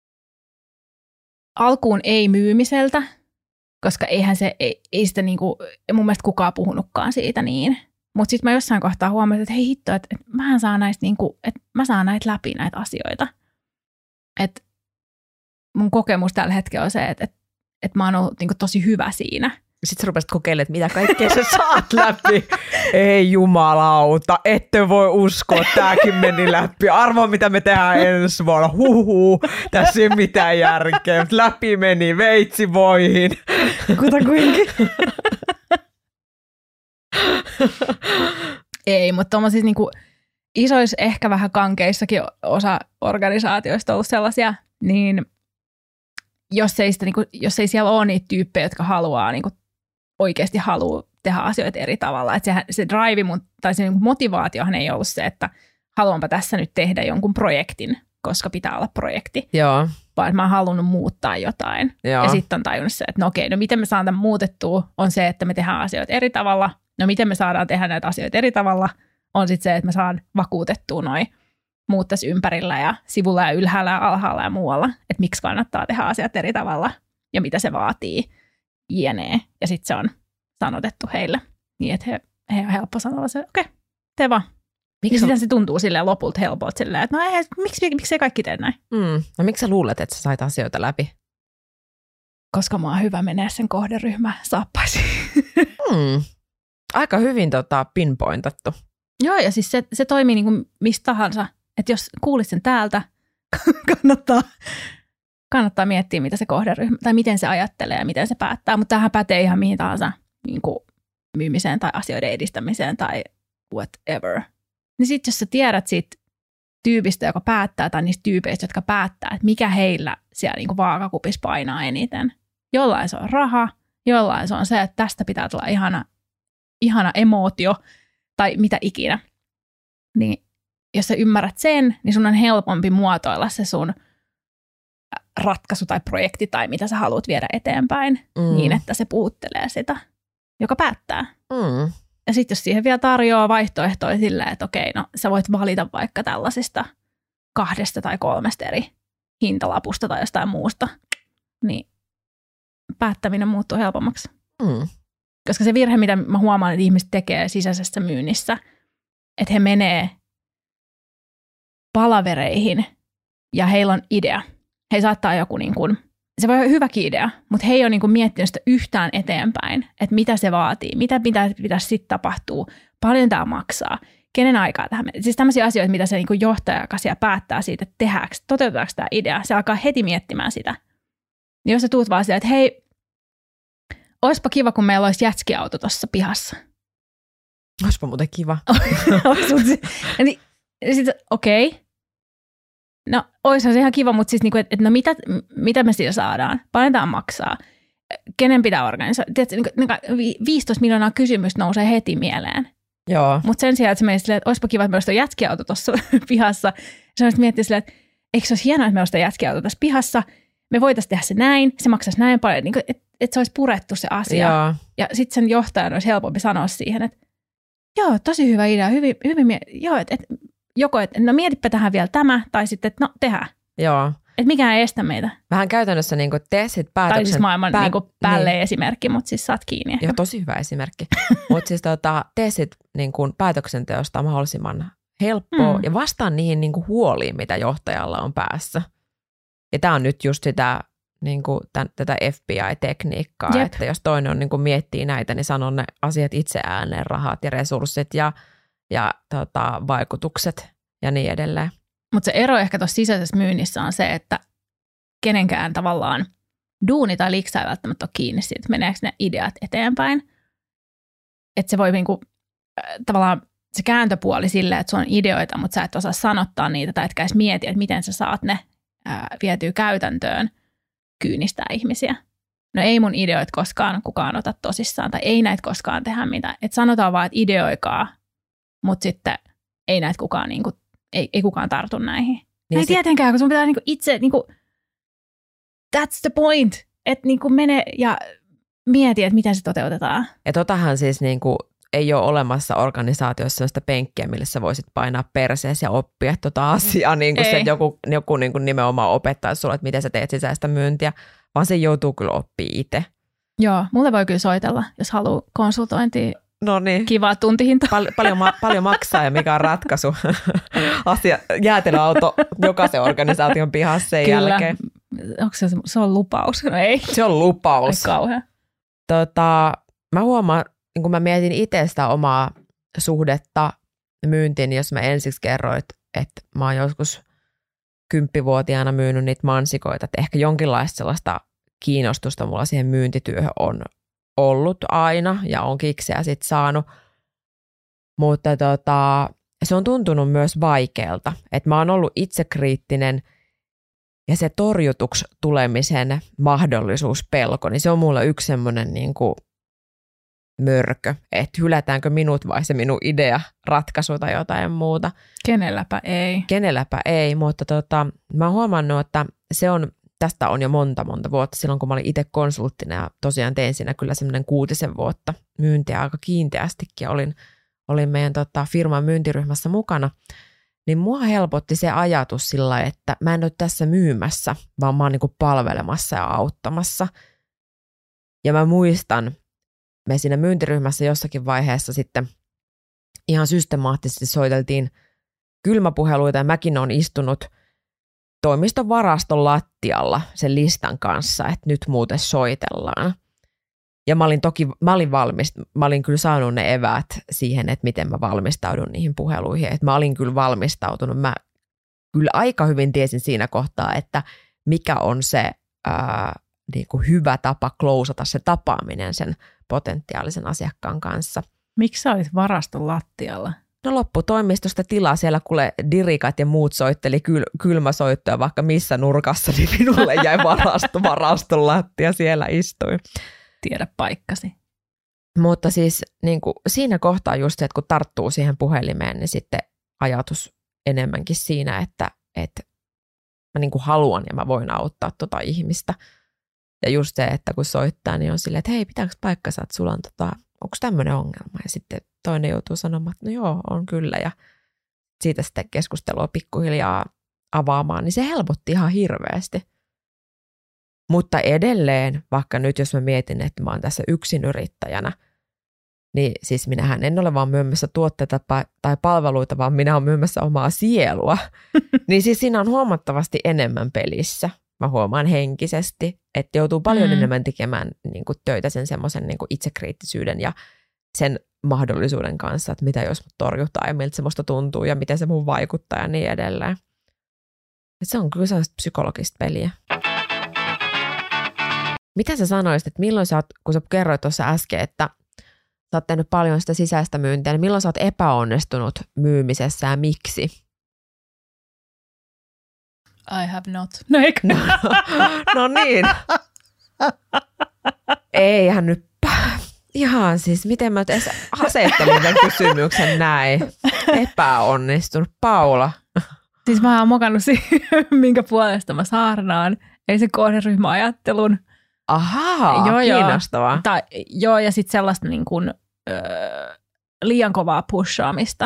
Alkuun ei myymiseltä, koska eihän se, ei sitä niinku, mun mielestä kukaan puhunutkaan siitä niin. Mutta sitten mä jossain kohtaa huomasin, että hei hitto, että mähän saan näistä niinku, että mä saan näitä läpi näitä asioita. Että mun kokemus tällä hetkellä on se, että mä oon ollut niinku tosi hyvä siinä. Sitten sä rupesit kokeilemaan, että mitä kaikkea sä saat läpi. Ei jumalauta, ette voi uskoa, tämäkin meni läpi. Arvoa, mitä me tehdään ensi vuonna. Tässä ei ole mitään järkeä. Läpi meni veitsivoihin. Kutakuinkin. Ei, mutta tuommoisissa niinku isoissa, ehkä vähän kankeissakin osa organisaatioista on ollut sellaisia, niin jos ei siellä ole niitä tyyppejä, jotka haluaa niinku oikeasti haluaa tehdä asioita eri tavalla. Että se drive tai se motivaatiohan ei ollut se, että haluanpa tässä nyt tehdä jonkun projektin, koska pitää olla projekti. Joo. Vaan mä oon halunnut muuttaa jotain. Joo. Ja sitten on tajunnut se, että no okei, no miten me saadaan tämän muutettua, on se, että me tehdään asioita eri tavalla. No miten me saadaan tehdä näitä asioita eri tavalla, on sitten se, että me saan vakuutettua noi muut tässä ympärillä ja sivulla ja ylhäällä ja alhaalla ja muualla. Että miksi kannattaa tehdä asiat eri tavalla ja mitä se vaatii. Jne. Ja sitten se on sanotettu heille niin, että he on helppo sanoa se, okei, tee vaan. Ja sitten se tuntuu silleen lopulta helpolta silleen, että no ei, miksi ei kaikki tee näin? No miksi sä luulet, että sä sait asioita läpi? Koska mä oon hyvä menee sen kohderyhmä saappaisiin. Aika hyvin pinpointattu. Joo, ja siis se toimii niin kuin mistä tahansa. Että jos kuulit sen täältä, kannattaa miettiä, mitä se kohderyhmä, tai miten se ajattelee ja miten se päättää. Mutta tämähän pätee ihan mihin tahansa niin kuin myymiseen tai asioiden edistämiseen tai whatever. Niin sitten jos sä tiedät siitä tyypistä, joka päättää, tai niistä tyypeistä, jotka päättää, että mikä heillä siellä niin kuin vaakakupissa painaa eniten. Jollain se on raha, jollain se on se, että tästä pitää tulla ihana emootio, tai mitä ikinä. Niin jos sä ymmärrät sen, niin sun on helpompi muotoilla se sun ratkaisu tai projekti tai mitä sä haluat viedä eteenpäin niin, että se puhuttelee sitä, joka päättää. Ja sitten jos siihen vielä tarjoaa vaihtoehtoja silleen, että okei, no sä voit valita vaikka tällaisista 2 tai 3 eri hintalapusta tai jostain muusta, niin päättäminen muuttuu helpommaksi. Koska se virhe, mitä mä huomaan, että ihmiset tekee sisäisessä myynnissä, että he menee palavereihin ja heillä on idea. He saattaa joku, niin kuin, se voi olla hyväkin idea, mutta he ei ole niin kuin miettinyt sitä yhtään eteenpäin, että mitä se vaatii, mitä pitäisi sitten tapahtua, paljon tämä maksaa, kenen aikaa tähän menee. Siis tämmöisiä asioita, mitä se niin kuin johtaja, joka siellä päättää siitä, että toteutetaanko tämä idea, se alkaa heti miettimään sitä. Niin jos sä tuut vaan sitä, että hei, olisipa kiva, kun meillä olisi jätskiauto tuossa pihassa. Olisipa muuten kiva. Niin sitten okei. No, olisihan se ihan kiva, mutta siis, että no mitä me sillä saadaan? Paljon tämä maksaa? Kenen pitää organisoida? Tiedätkö, 15 miljoonaa kysymystä nousee heti mieleen. Joo. Mutta sen sijaan, että se menisi silleen, että olisipa kiva, että meillä olisi jätskiauto tuossa pihassa. Se olisi miettiä silleen, että eikö se olisi hienoa, että meillä olisi jätskiauto tässä pihassa? Me voitaisiin tehdä se näin, se maksaisi näin paljon. että se olisi purettu se asia. Joo. Ja sitten sen johtajan olisi helpompi sanoa siihen, että joo, tosi hyvä idea, joo, että joko, että no mietipä tähän vielä tämä, tai sitten, että no tehdään. Joo. Että mikään ei estä meitä. Vähän käytännössä niin kuin tee sit päätöksen. Tai siis maailman niin pälleen esimerkki, mutta siis saat kiinni. Joo, tosi hyvä esimerkki. Mutta siis tee sit niin kuin päätöksenteosta mahdollisimman helppoa ja vastaan niihin niin kuin huoliin, mitä johtajalla on päässä. Ja tämä on nyt just sitä niin kuin tätä FBI-tekniikkaa, Jep. että jos toinen on, niin kuin miettii näitä, niin sanon ne asiat itse ääneen, rahat ja resurssit ja vaikutukset ja niin edelleen. Mutta se ero ehkä tuossa sisäisessä myynnissä on se, että kenenkään tavallaan duuni tai liksa ei välttämättä ole kiinni siitä, että meneekö ne ideat eteenpäin. Että se voi niinku, tavallaan se kääntöpuoli sille, että sulla on ideoita, mutta sä et osaa sanottaa niitä tai etkä edes mieti, että miten sä saat ne vietyä käytäntöön, kyynistää ihmisiä. No ei mun ideoita koskaan kukaan ota tosissaan tai ei näitä koskaan tehdä mitään. Että sanotaan vaan, että ideoikaa, mutta sitten ei näitä kukaan, niinku, ei kukaan tartu näihin. Niin ei tietenkään, kun sun pitää niinku itse, niinku, that's the point, että niinku mene ja mieti, että miten se toteutetaan. Ja totahan siis niinku ei ole olemassa organisaatiossa sellaista penkkiä, millä sä voisit painaa perseesi ja oppia asiaa, niin kuin se, että joku niin kuin nimenomaan opettaa sulle, että miten sä teet sisäistä myyntiä, vaan se joutuu kyllä oppimaan itse. Joo, mulle voi kyllä soitella, jos haluaa konsultointia. No niin. Kivaa tuntihinta. Paljon maksaa ja mikä on ratkaisu. Jäätelöauto jokaisen organisaation pihassa sen kyllä. jälkeen. Onko se on lupaus? No ei. Se on lupaus. Ai kauhea. Mä huomaan, niin kun mä mietin itse sitä omaa suhdetta myyntiin, niin jos mä ensiksi kerroin, että mä oon joskus 10-vuotiaana myynyt niitä mansikoita, että ehkä jonkinlaista sellaista kiinnostusta mulla siihen myyntityöhön on ollut aina ja on kikseä sitten saanut, mutta se on tuntunut myös vaikealta, että mä oon ollut itsekriittinen ja se torjutuksi tulemisen mahdollisuus, pelko, niin se on mulla yksi semmoinen niin kuin mörkö, että hylätäänkö minut vai se minun idea, ratkaisu tai jotain muuta. Kenelläpä ei. Kenelläpä ei, mutta mä oon huomannut, että tästä on jo monta vuotta silloin, kun mä olin itse konsulttina ja tosiaan tein siinä kyllä semmoinen 6 vuotta myyntiä aika kiinteästikin ja olin meidän firman myyntiryhmässä mukana, niin mua helpotti se ajatus sillä, että mä en ole tässä myymässä, vaan mä oon niin kuin palvelemassa ja auttamassa. Ja mä muistan, me siinä myyntiryhmässä jossakin vaiheessa sitten ihan systemaattisesti soiteltiin kylmäpuheluita ja mäkin olen istunut toimiston varaston lattialla sen listan kanssa, että nyt muuten soitellaan. Ja mä olin kyllä saanut ne eväät siihen, että miten mä valmistaudun niihin puheluihin. Että mä olin kyllä valmistautunut. Mä kyllä aika hyvin tiesin siinä kohtaa, että mikä on se niin kuin hyvä tapa klousata se tapaaminen sen potentiaalisen asiakkaan kanssa. Miksi sä olit varaston lattialla? No lopputoimistosta tilaa siellä, kuule dirikat ja muut soitteli kylmäsoittoja vaikka missä nurkassa, niin minulle jäi varaston lattia, siellä istuin. Tiedä paikkasi. Mutta siis niin kuin siinä kohtaa just se, että kun tarttuu siihen puhelimeen, niin sitten ajatus enemmänkin siinä, että mä niin kuin haluan ja mä voin auttaa tota ihmistä. Ja just se, että kun soittaa, niin on silleen, että hei, pitääkö paikkansa, että sulla on onko tämmöinen ongelma? Ja sitten toinen joutuu sanomaan, että no joo, on kyllä. Ja siitä sitten keskustelua pikkuhiljaa avaamaan, niin se helpotti ihan hirveästi. Mutta edelleen, vaikka nyt jos mä mietin, että mä oon tässä yksinyrittäjänä, niin siis minähän en ole vaan myymässä tuotteita tai palveluita, vaan minä olen myymässä omaa sielua. Niin siis siinä on huomattavasti enemmän pelissä. Mä huomaan henkisesti, että joutuu paljon enemmän tekemään niin kuin töitä sen semmoisen niin kuin itsekriittisyyden ja sen mahdollisuuden kanssa, että mitä jos mut torjutaan ja miltä se musta tuntuu ja miten se mun vaikuttaa ja niin edelleen. Et se on kyllä sellaista psykologista peliä. Mitä sä sanoisit, että milloin sä oot, kun sä kerroit tuossa äsken, että sä oot tehnyt paljon sitä sisäistä myyntiä, niin milloin sä oot epäonnistunut myymisessä ja miksi? I have not. No eikö? No niin. Eihän nyt ihan siis, miten mä edes asettelin tämän kysymyksen näin. Epäonnistunut. Paula. Siis mä oon mokannut siihen, minkä puolesta mä saarnaan. Ei se kohderyhmäajattelun, Ahaa, kiinnostavaa. Joo, ja sitten sellaista niin kuin, liian kovaa pushaamista.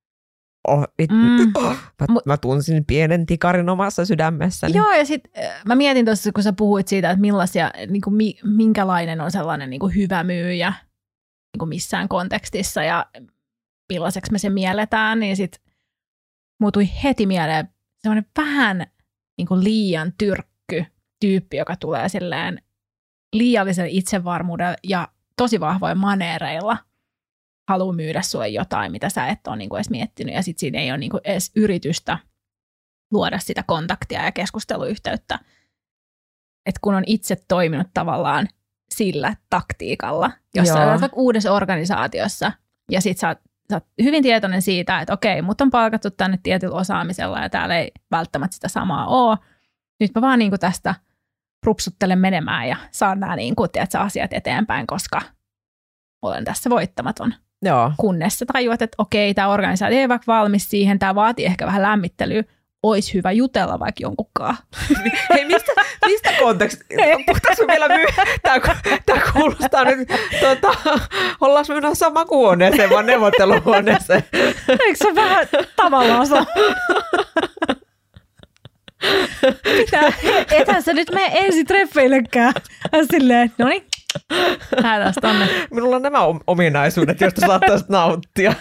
Mä tunsin pienen tikarin omassa sydämessäni. Joo, ja sitten mä mietin tuossa, kun sä puhuit siitä, että millaisia, niin kuin, minkälainen on sellainen niin kuin hyvä myyjä niin kuin missään kontekstissa ja millaiseksi me se mielletään, niin sitten muutui heti mieleen sellainen vähän niin kuin liian tyrkky tyyppi, joka tulee silleen liiallisen itsevarmuuden ja tosi vahvoin maneereilla haluaa myydä sulle jotain, mitä sä et ole niin kuin edes miettinyt, ja sitten siinä ei ole niin kuin edes yritystä luoda sitä kontaktia ja keskusteluyhteyttä. Että kun on itse toiminut tavallaan sillä taktiikalla, jossa olet vaikka uudessa organisaatiossa, ja sitten sä oot hyvin tietoinen siitä, että okei, mut on palkattu tänne tietyllä osaamisella, ja täällä ei välttämättä sitä samaa ole. Nyt mä vaan niin kuin tästä rupsuttelen menemään ja saan nämä niin kuin, tiedätkö, asiat eteenpäin, koska olen tässä voittamaton. Joo. Kunnes sä tajuat, että okei, tämä organisaatio ei vaikka valmis siihen, tämä vaatii ehkä vähän lämmittelyä, olisi hyvä jutella vaikka jonkunkaan. Hei, mistä kontekstista? Puhutaanko vielä Tämä kuulostaa nyt, ollaanko menossa makuuhuoneeseen vai neuvotteluhuoneeseen? Eikö se vähän tavallaan saa? Mitä? Ethän sä nyt mene ensi treffeillekään. Silleen, noniin. Lähdetään tonne. Minulla on nämä ominaisuudet, joista saattaisi nauttia.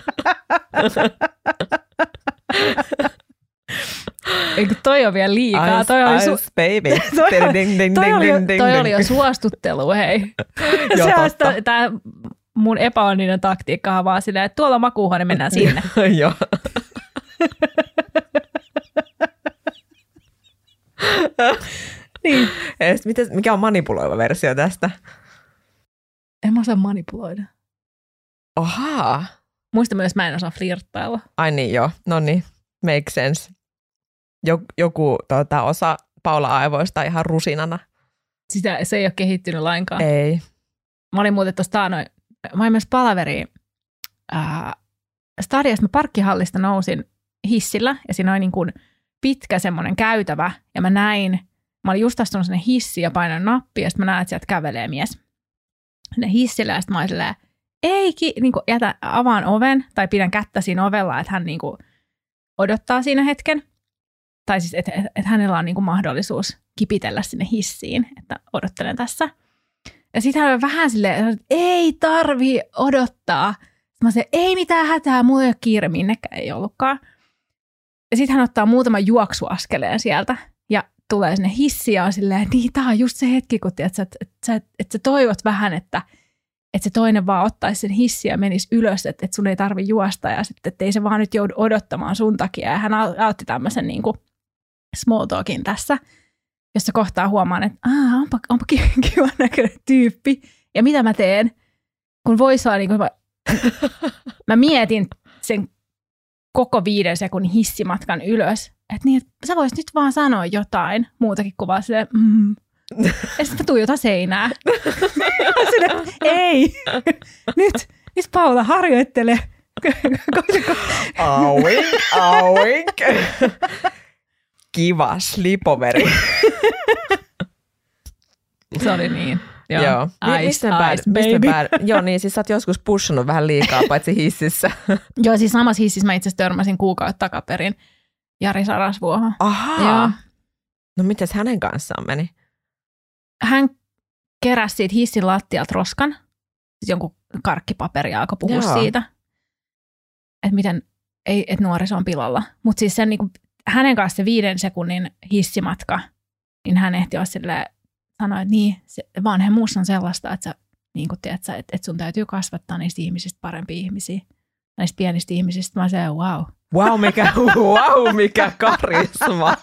Eikö toi on vielä liikaa? Ice, toi oli ice, baby. Toi oli jo suostuttelu, hei. Tämä mun epäonninen taktiikka on vaan silleen, että tuolla on makuuhuone, mennään sinne. Joo. Niin. Mikä on manipuloiva versio tästä? En mä osaa manipuloida. Ahaa. Muista myös, mä en osaa flirttailla. Ai niin, joo. No niin, make sense. Joku osa Paula-aivoista ihan rusinana. Se ei ole kehittynyt lainkaan. Ei. Mä olin muuten tuosta mä olin myös palaveriin stadiasta. Mä parkkihallista nousin hissillä ja siinä oli niin kuin pitkä semmoinen käytävä ja mä olin just astunut sinne hissiin ja painoin nappia ja sitten mä näin, että sieltä kävelee mies sinne hissillä ja sitten mä olin silleen, niin kuin avaan oven tai pidän kättä siinä ovella, että hän niin kuin odottaa siinä hetken. Tai siis, että hänellä on niin kuin mahdollisuus kipitellä sinne hissiin, että odottelen tässä. Ja sitten hän on vähän silleen, että ei tarvii odottaa. Mä sanoin, ei mitään hätää, mulla ei ole kiire minnekään, ei ollutkaan. Ja sitten hän ottaa muutaman juoksuaskeleen sieltä ja tulee sinne hissiin ja on silleen, niin tää on just se hetki, kun tiedät, että sä toivot vähän, että se toinen vaan ottaisi sen hissin ja menisi ylös, että sun ei tarvitse juosta ja sitten, että ei se vaan nyt joudu odottamaan sun takia. Ja hän otti tämmöisen niin kuin small talkin tässä, jossa kohtaa huomaan, että onpa kiva näköinen tyyppi. Ja mitä mä teen, kun voisi olla, niin kuin mä mietin sen koko 5 sekunnin hissimatkan ylös, että niin, että sä voisit nyt vaan sanoa jotain muutakin kuin vaan silleen, ja sitten mä tuijotan seinää. Silleen, ei, nyt Paula harjoittele. Auink. Kiva slipoveri. Se oli niin. Joo. Ice, baby. Joo, niin siis sä oot joskus pushannut vähän liikaa, paitsi hississä. Joo, siis samassa hississä mä itse asiassa törmäsin kuukautta takaperin Jari Sarasvuohon. Ahaa. No mites hänen kanssaan meni? Hän keräsi siitä hissin lattialta roskan, siis jonkun karkkipaperia alkoi puhua siitä, että miten, että nuoriso on pilalla. Mutta siis sen, niin kuin, hänen kanssa se 5 sekunnin hissimatka, niin hän ehti olla silleen, sanoi, että niin, se vanhemmuus on sellaista, että sä, niin kuin tiedät, että sun täytyy kasvattaa niistä ihmisistä parempia ihmisiä, näistä pienistä ihmisistä. Mä sanoin, wow. Wow, mikä karisma.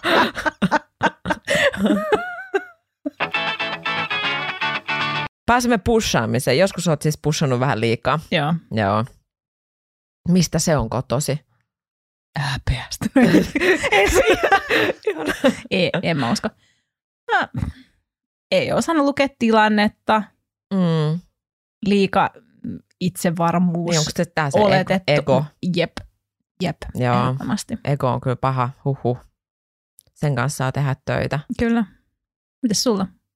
Pääsemme pushaamiseen. Joskus olet siis pushannut vähän liikaa. Joo. Mistä se on kotosi? Häpeästä. En mä usko. Ei osannut lukea tilannetta. Liika itsevarmuus. Niin onko se tää se oletettu. Ego? Jep. Joo. Ehdottomasti. Ego on kyllä paha. Sen kanssa saa tehdä töitä. Kyllä. Mites sulla?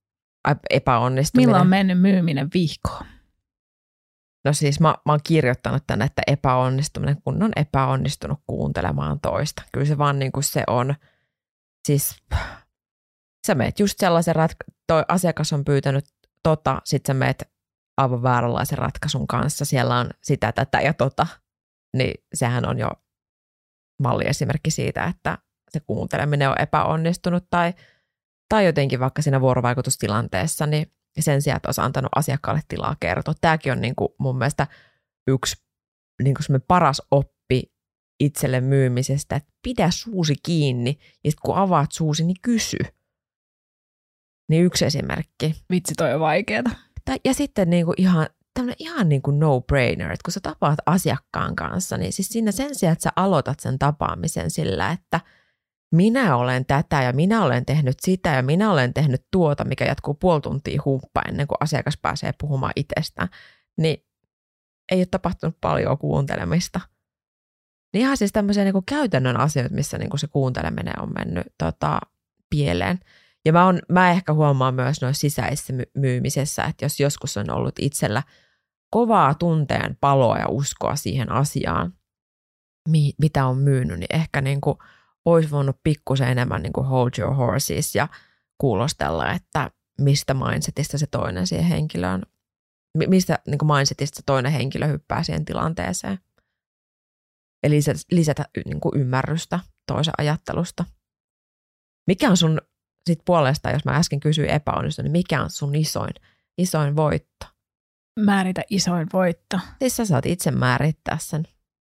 epäonnistuminen. Milloin on mennyt myyminen vihkoon? No siis mä oon kirjoittanut tänne, että epäonnistuminen, kun on epäonnistunut kuuntelemaan toista. Kyllä se vaan niin kuin se on. Siis sä meet just sellaisen toi asiakas on pyytänyt sit sä meet aivan vääränlaisen ratkaisun kanssa. Siellä on sitä, tätä ja niin sehän on jo malliesimerkki siitä, että se kuunteleminen on epäonnistunut tai jotenkin vaikka siinä vuorovaikutustilanteessa, niin sen sijaan, että olisi antanut asiakkaalle tilaa kertoa. Tämäkin on niin kuin mun mielestä yksi niin kuin paras oppi itselle myymisestä, että pidä suusi kiinni ja sitten kun avaat suusi, niin kysy. Niin yksi esimerkki. Vitsi, toi on vaikeeta. Ja sitten niin kuin ihan niin kuin no-brainer, että kun sä tapaat asiakkaan kanssa, niin siis siinä sen sijaan, että sä aloitat sen tapaamisen sillä, että minä olen tätä ja minä olen tehnyt sitä ja minä olen tehnyt tuota, mikä jatkuu puoli tuntia humppa ennen kuin asiakas pääsee puhumaan itsestään, niin ei ole tapahtunut paljon kuuntelemista. Niin ihan siis tämmöisiä niin kuin käytännön asioita, missä niin kuin se kuunteleminen on mennyt pieleen. Ja mä ehkä huomaan myös noissa sisäisissä myymisessä, että jos joskus on ollut itsellä kovaa tunteen paloa ja uskoa siihen asiaan, mitä on myynyt, niin ehkä niin kuin olisi voinut pikkusen enemmän niin kuin hold your horses ja kuulostella, että mistä mindsetistä se toinen siihen henkilöön, mistä niin kuin mindsetistä se toinen henkilö hyppää siihen tilanteeseen. Eli lisätä niin kuin ymmärrystä toisen ajattelusta. Mikä on sun sit puolestaan, jos mä äsken kysyin epäonnistunut, niin mikä on sun isoin voitto? Määritä isoin voitto. Siis sä saat itse määrittää sen.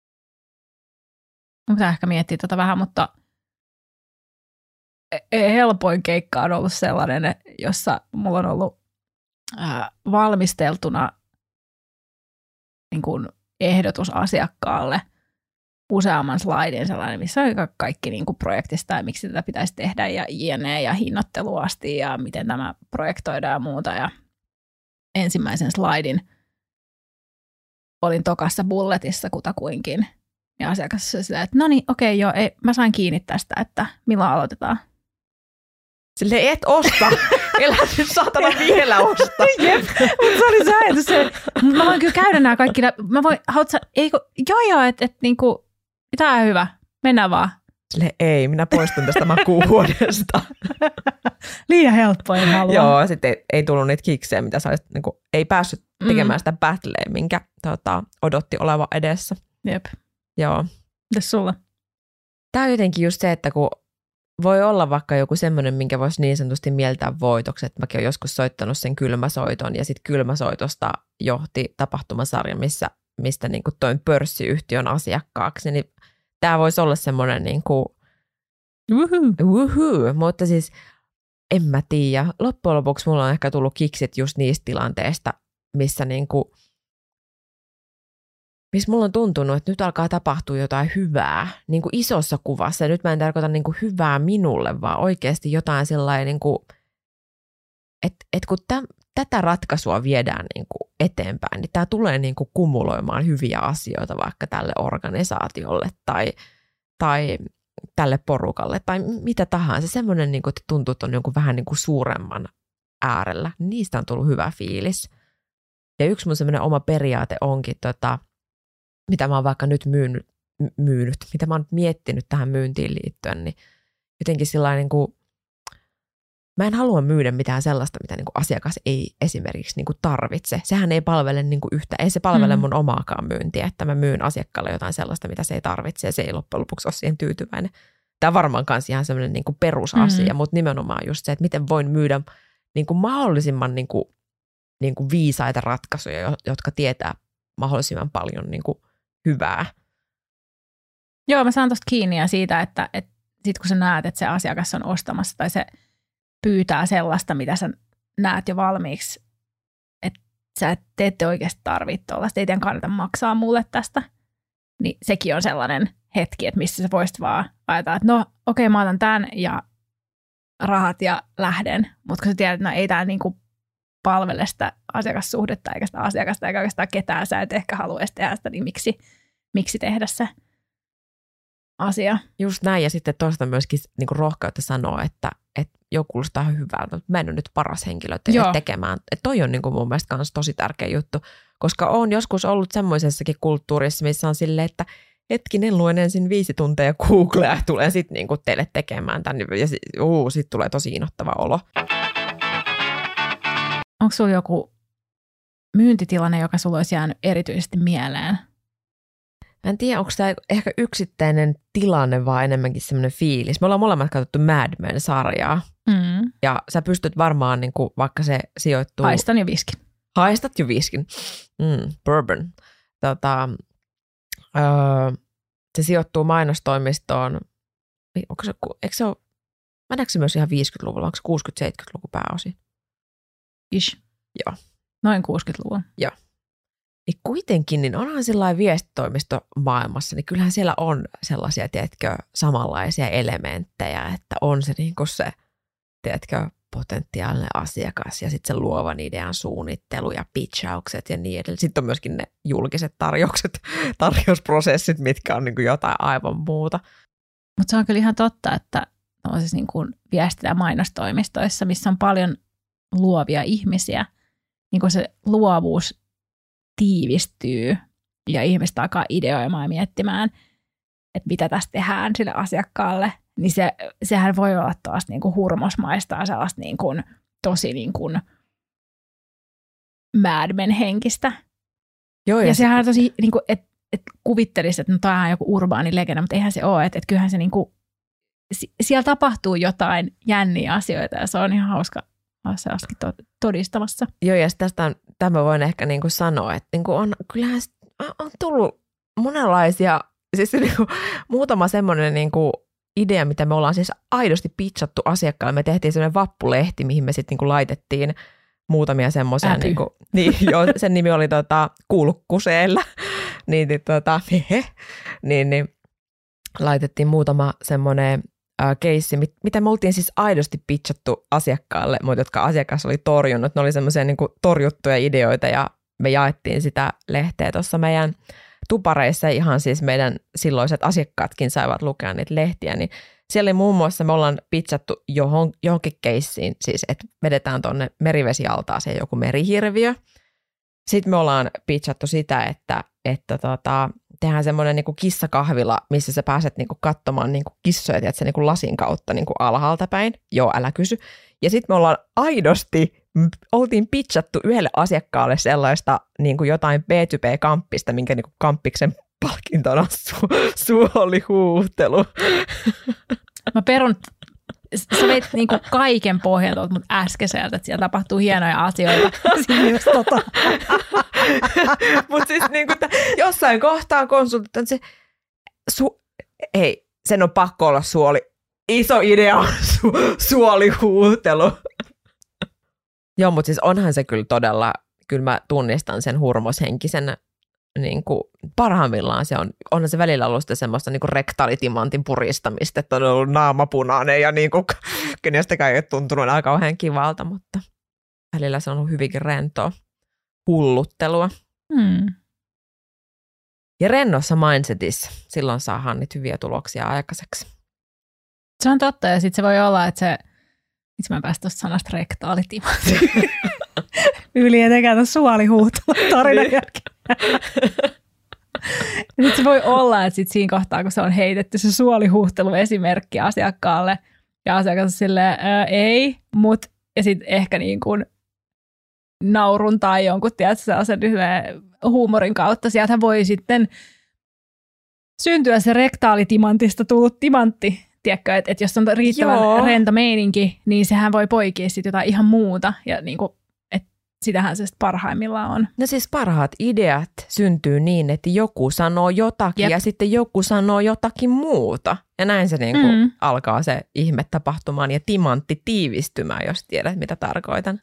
Mä pitää ehkä miettiä tätä vähän, mutta helpoin keikka on ollut sellainen, jossa mulla on ollut valmisteltuna niin kuin ehdotus asiakkaalle useamman slaidin sellainen, missä on kaikki niin kuin projektista ja miksi tätä pitäisi tehdä ja jne. Ja hinnoittelu asti ja miten tämä projektoidaan ja muuta. Ja ensimmäisen slaidin olin tokassa bulletissa kutakuinkin. Ja asiakas oli sillä, että no niin, okei, joo, mä sain kiinni tästä, että milloin aloitetaan. Silleen et osta. Elä nyt saatana vielä osta. Jep, mutta se oli se ajatus. Mä voin kyllä käydä nämä kaikki. Mä voin, joo, että niinku, tämä on hyvä, mennään vaan. Silleen ei, minä poistun tästä makuuhuoneesta. Liian helppoa, en halua. Joo, sitten ei tullut niitä kiksejä, mitä sä olisit, niinku, ei päässyt tekemään sitä battleä, minkä odotti oleva edessä. Jep. Joo. Mitäs sulla? Tämä on jotenkin just se, että kun voi olla vaikka joku semmoinen, minkä voisi niin sanotusti mieltää voitoksi, että mäkin olen joskus soittanut sen kylmäsoiton ja sitten kylmäsoitosta johti tapahtumasarja, mistä niin kuin toin pörssiyhtiön asiakkaaksi, niin tämä voisi olla semmoinen niin kuin woohoo, mutta siis en mä tiedä. Loppujen lopuksi mulla on ehkä tullut kiksit just niistä tilanteista, missä mulla on tuntunut, että nyt alkaa tapahtua jotain hyvää niin kuin isossa kuvassa. Ja nyt mä en tarkoita niin kuin hyvää minulle, vaan oikeasti jotain sellainen, niin kuin, että kun tätä ratkaisua viedään niin kuin eteenpäin, niin tämä tulee niin kuin kumuloimaan hyviä asioita vaikka tälle organisaatiolle tai tälle porukalle tai mitä tahansa. Semmoinen, niin kuin, että tuntuu, että on jonkun vähän niin kuin suuremman äärellä. Niistä on tullut hyvä fiilis. Ja yksi mun semmoinen oma periaate onkin, mitä mä oon vaikka nyt myynyt, mitä mä oon miettinyt tähän myyntiin liittyen, niin jotenkin sillain niin kuin, mä en halua myydä mitään sellaista, mitä niin kuin asiakas ei esimerkiksi niin kuin tarvitse. Sehän ei palvele niin kuin ei se palvele mun omaakaan myyntiä, että mä myyn asiakkaalle jotain sellaista, mitä se ei tarvitse ja se ei loppujen lopuksi ole siihen tyytyväinen. Tämä on varmaan myös ihan semmoinen niin kuin perusasia, mutta nimenomaan just se, että miten voin myydä niin kuin mahdollisimman niin kuin viisaita ratkaisuja, jotka tietää mahdollisimman paljon niin kuin hyvää. Joo, mä saan tosta kiinni ja siitä, että sit kun sä näet, että se asiakas on ostamassa tai se pyytää sellaista, mitä sä näet jo valmiiksi, että sä ette oikeasti tarvitse tuollaista, ei teidän kannata maksaa mulle tästä, niin sekin on sellainen hetki, että missä sä voisit vaan ajatella, että no okei, mä otan tämän ja rahat ja lähden, mutta kun sä tiedät, että no ei tää niinku palvele sitä asiakassuhdetta eikä sitä asiakasta eikä oikeastaan ketään, sä et ehkä halua edes tehdä sitä, niin miksi tehdä se asia? Just näin, ja sitten tuosta myöskin niin kuin rohkeutta sanoa, että joku kuulostaa hyvältä, mutta mä en ole nyt paras henkilö tekemään. Et toi on niin kuin mun mielestä myös tosi tärkeä juttu, koska on joskus ollut semmoisessakin kulttuurissa, missä on silleen, että hetkinen, luen ensin 5 tuntia Googlea ja tulen sitten niin kuin teille tekemään tämän. Ja sitten tulee tosi innoittava olo. Onko sulla joku myyntitilanne, joka sulla olisi jäänyt erityisesti mieleen? En tiedä, onko tämä ehkä yksittäinen tilanne, vaan enemmänkin semmoinen fiilis. Me ollaan molemmat katsottu Mad Men-sarjaa. Ja sä pystyt varmaan, niin kuin, vaikka se sijoittuu... Haistan jo viskin. Haistat jo viskin. Bourbon. Se sijoittuu mainostoimistoon. Onko se, eikö se ole... Mennäänkö se myös ihan 50-luvulla? Onko se 60-70-luku pääosin? Ish. Joo. Noin 60-luvulla. Joo. Niin kuitenkin, niin onhan sellainen viestitoimisto maailmassa, niin kyllähän siellä on sellaisia, tiedätkö, samanlaisia elementtejä, että on se niin kuin se, tiedätkö, potentiaalinen asiakas ja sitten se luovan idean suunnittelu ja pitchaukset ja niin edelleen. Sitten on myöskin ne julkiset tarjousprosessit, mitkä on niin kuin jotain aivan muuta. Mutta se on kyllä ihan totta, että siis niin kuin viestintä- ja mainostoimistoissa, missä on paljon luovia ihmisiä, niin kuin se luovuus tiivistyy ja ihmiset alkaa ideoimaan ja miettimään, että mitä tässä tehdään sille asiakkaalle, niin sehän voi olla taas niin kuin hurmosmaista ja sellaista niin kuin, tosi niin kuin Mad Men -henkistä. Joo, ja sehän on tosi, niin kuin, että kuvittelisi, että no tämä on joku urbaani legenda, mutta eihän se ole, että kyllähän se niin kuin, siellä tapahtuu jotain jänniä asioita ja se on ihan hauska asiastakin todistamassa. Joo, ja tästä tämä voin ehkä niin kuin sanoa, että niin kuin kyllähän on tullut monenlaisia, siis niin kuin muutama semmoinen niin kuin idea, mitä me ollaan siis aidosti pitchattu asiakkaalle. Me tehtiin semmoinen vappulehti, mihin me sitten niin kuin laitettiin muutamia semmoisia, niin, sen nimi oli Kulkkuseellä, niin laitettiin muutama semmoinen keissi, mitä me oltiin siis aidosti pitchattu asiakkaalle, mutta jotka asiakas oli torjunut. Ne oli semmoisia niin kuin torjuttuja ideoita ja me jaettiin sitä lehteä tuossa meidän tupareissa. Ihan siis meidän silloiset asiakkaatkin saivat lukea niitä lehtiä. Niin siellä muun muassa me ollaan pitchattu johonkin keissiin, siis että vedetään tuonne merivesialtaaseen joku merihirviö. Sitten me ollaan pitchattu sitä, että tehdään semmoinen niinku kissakahvila, missä sä pääset niinku katsomaan niinku kissoja tiedätkö, niinku lasin kautta niinku alhaalta päin. Joo, älä kysy. Ja sitten me oltiin pitchattu yhdelle asiakkaalle sellaista niinku jotain B2B-kamppista, minkä niinku kamppiksen palkintona suolihuuhtelu. Mä perun, sä veit niinku kaiken pohjalta mut äskeiseltä, että siellä tapahtuu hienoja asioita. Mutta siis niinku, jossain kohtaa konsultoitan se, sen on pakko olla suoli. Iso idea on suolihuutelu. Joo, mutta siis onhan se kyllä todella, kyllä mä tunnistan sen hurmoshenkisen niin kuin parhaimmillaan se onhan se välillä ollut semmoista niin kuin rektaalitimantin puristamista, että on ollut naama punainen ja niin kuin kenestäkään ei ole tuntunut aika kauhean kivalta, mutta välillä se on ollut hyvinkin rentoa hulluttelua. Ja rennossa mindsetissä silloin saadaan niitä hyviä tuloksia aikaiseksi. Se on totta ja sitten se voi olla, että se, itse mä päästä tuosta sanasta rektaalitimantti. Yli etenkään tuon suolihuutelu tarinan jälkeen. Sitten se voi olla, että sit siinä kohtaa, kun se on heitetty se suolihuhtelu esimerkki asiakkaalle, ja asiakas on silleen, ei, mutta ja sitten ehkä niin kuin naurun tai jonkun, tiedätkö, sellaisen huumorin kautta, sieltähän voi sitten syntyä se rektaalitimantista tullut timantti, tiedätkö, että jos on riittävän rento meininki, niin sehän voi poikia sitten jotain ihan muuta, ja niin kuin sitähän se parhaimmillaan on. No siis parhaat ideat syntyy niin, että joku sanoo jotakin ja sitten joku sanoo jotakin muuta. Ja näin se niin kuin alkaa se ihme tapahtumaan ja timantti tiivistymään, jos tiedät mitä tarkoitan.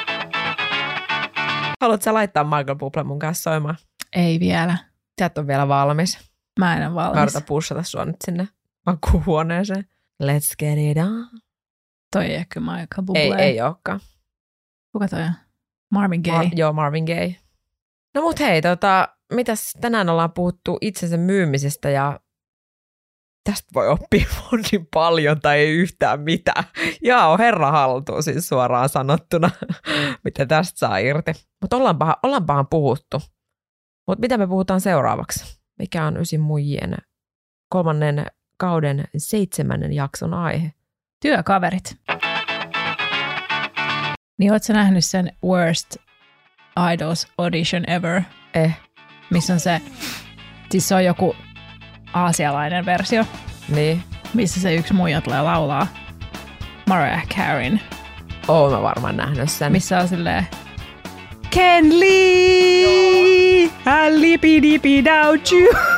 Haluatko sä laittaa Michael Bublé mun kanssa soimaan? Ei vielä. Sä et ole vielä valmis. Mä en ole valmis. Mä yritän pushata sua nyt sinne makuuhuoneeseen. Let's get it on. Toi ei ehkä Michael Bublé. Ei olekaan. Kuka toi on? Marvin Gaye. Joo, Marvin Gaye. No mut hei, mitäs tänään ollaan puhuttu itsensä myymisestä ja tästä voi oppia niin paljon tai ei yhtään mitään. Jaa, herra haltuun siis suoraan sanottuna, mitä tästä saa irti. Mutta ollaanpahan puhuttu. Mutta mitä me puhutaan seuraavaksi? Mikä on Ysin muijien 3. kauden 7. jakson aihe? Työkaverit. Niin ootko sä nähnyt sen Worst Idols Audition Ever? Missä on siis se on joku aasialainen versio. Niin. Missä se yksi muija tulee laulaa Mariah Careyn. Oon mä varmaan nähnyt sen. Missä on silleen Ken Lee, I'll lippy-dippy-doubt you.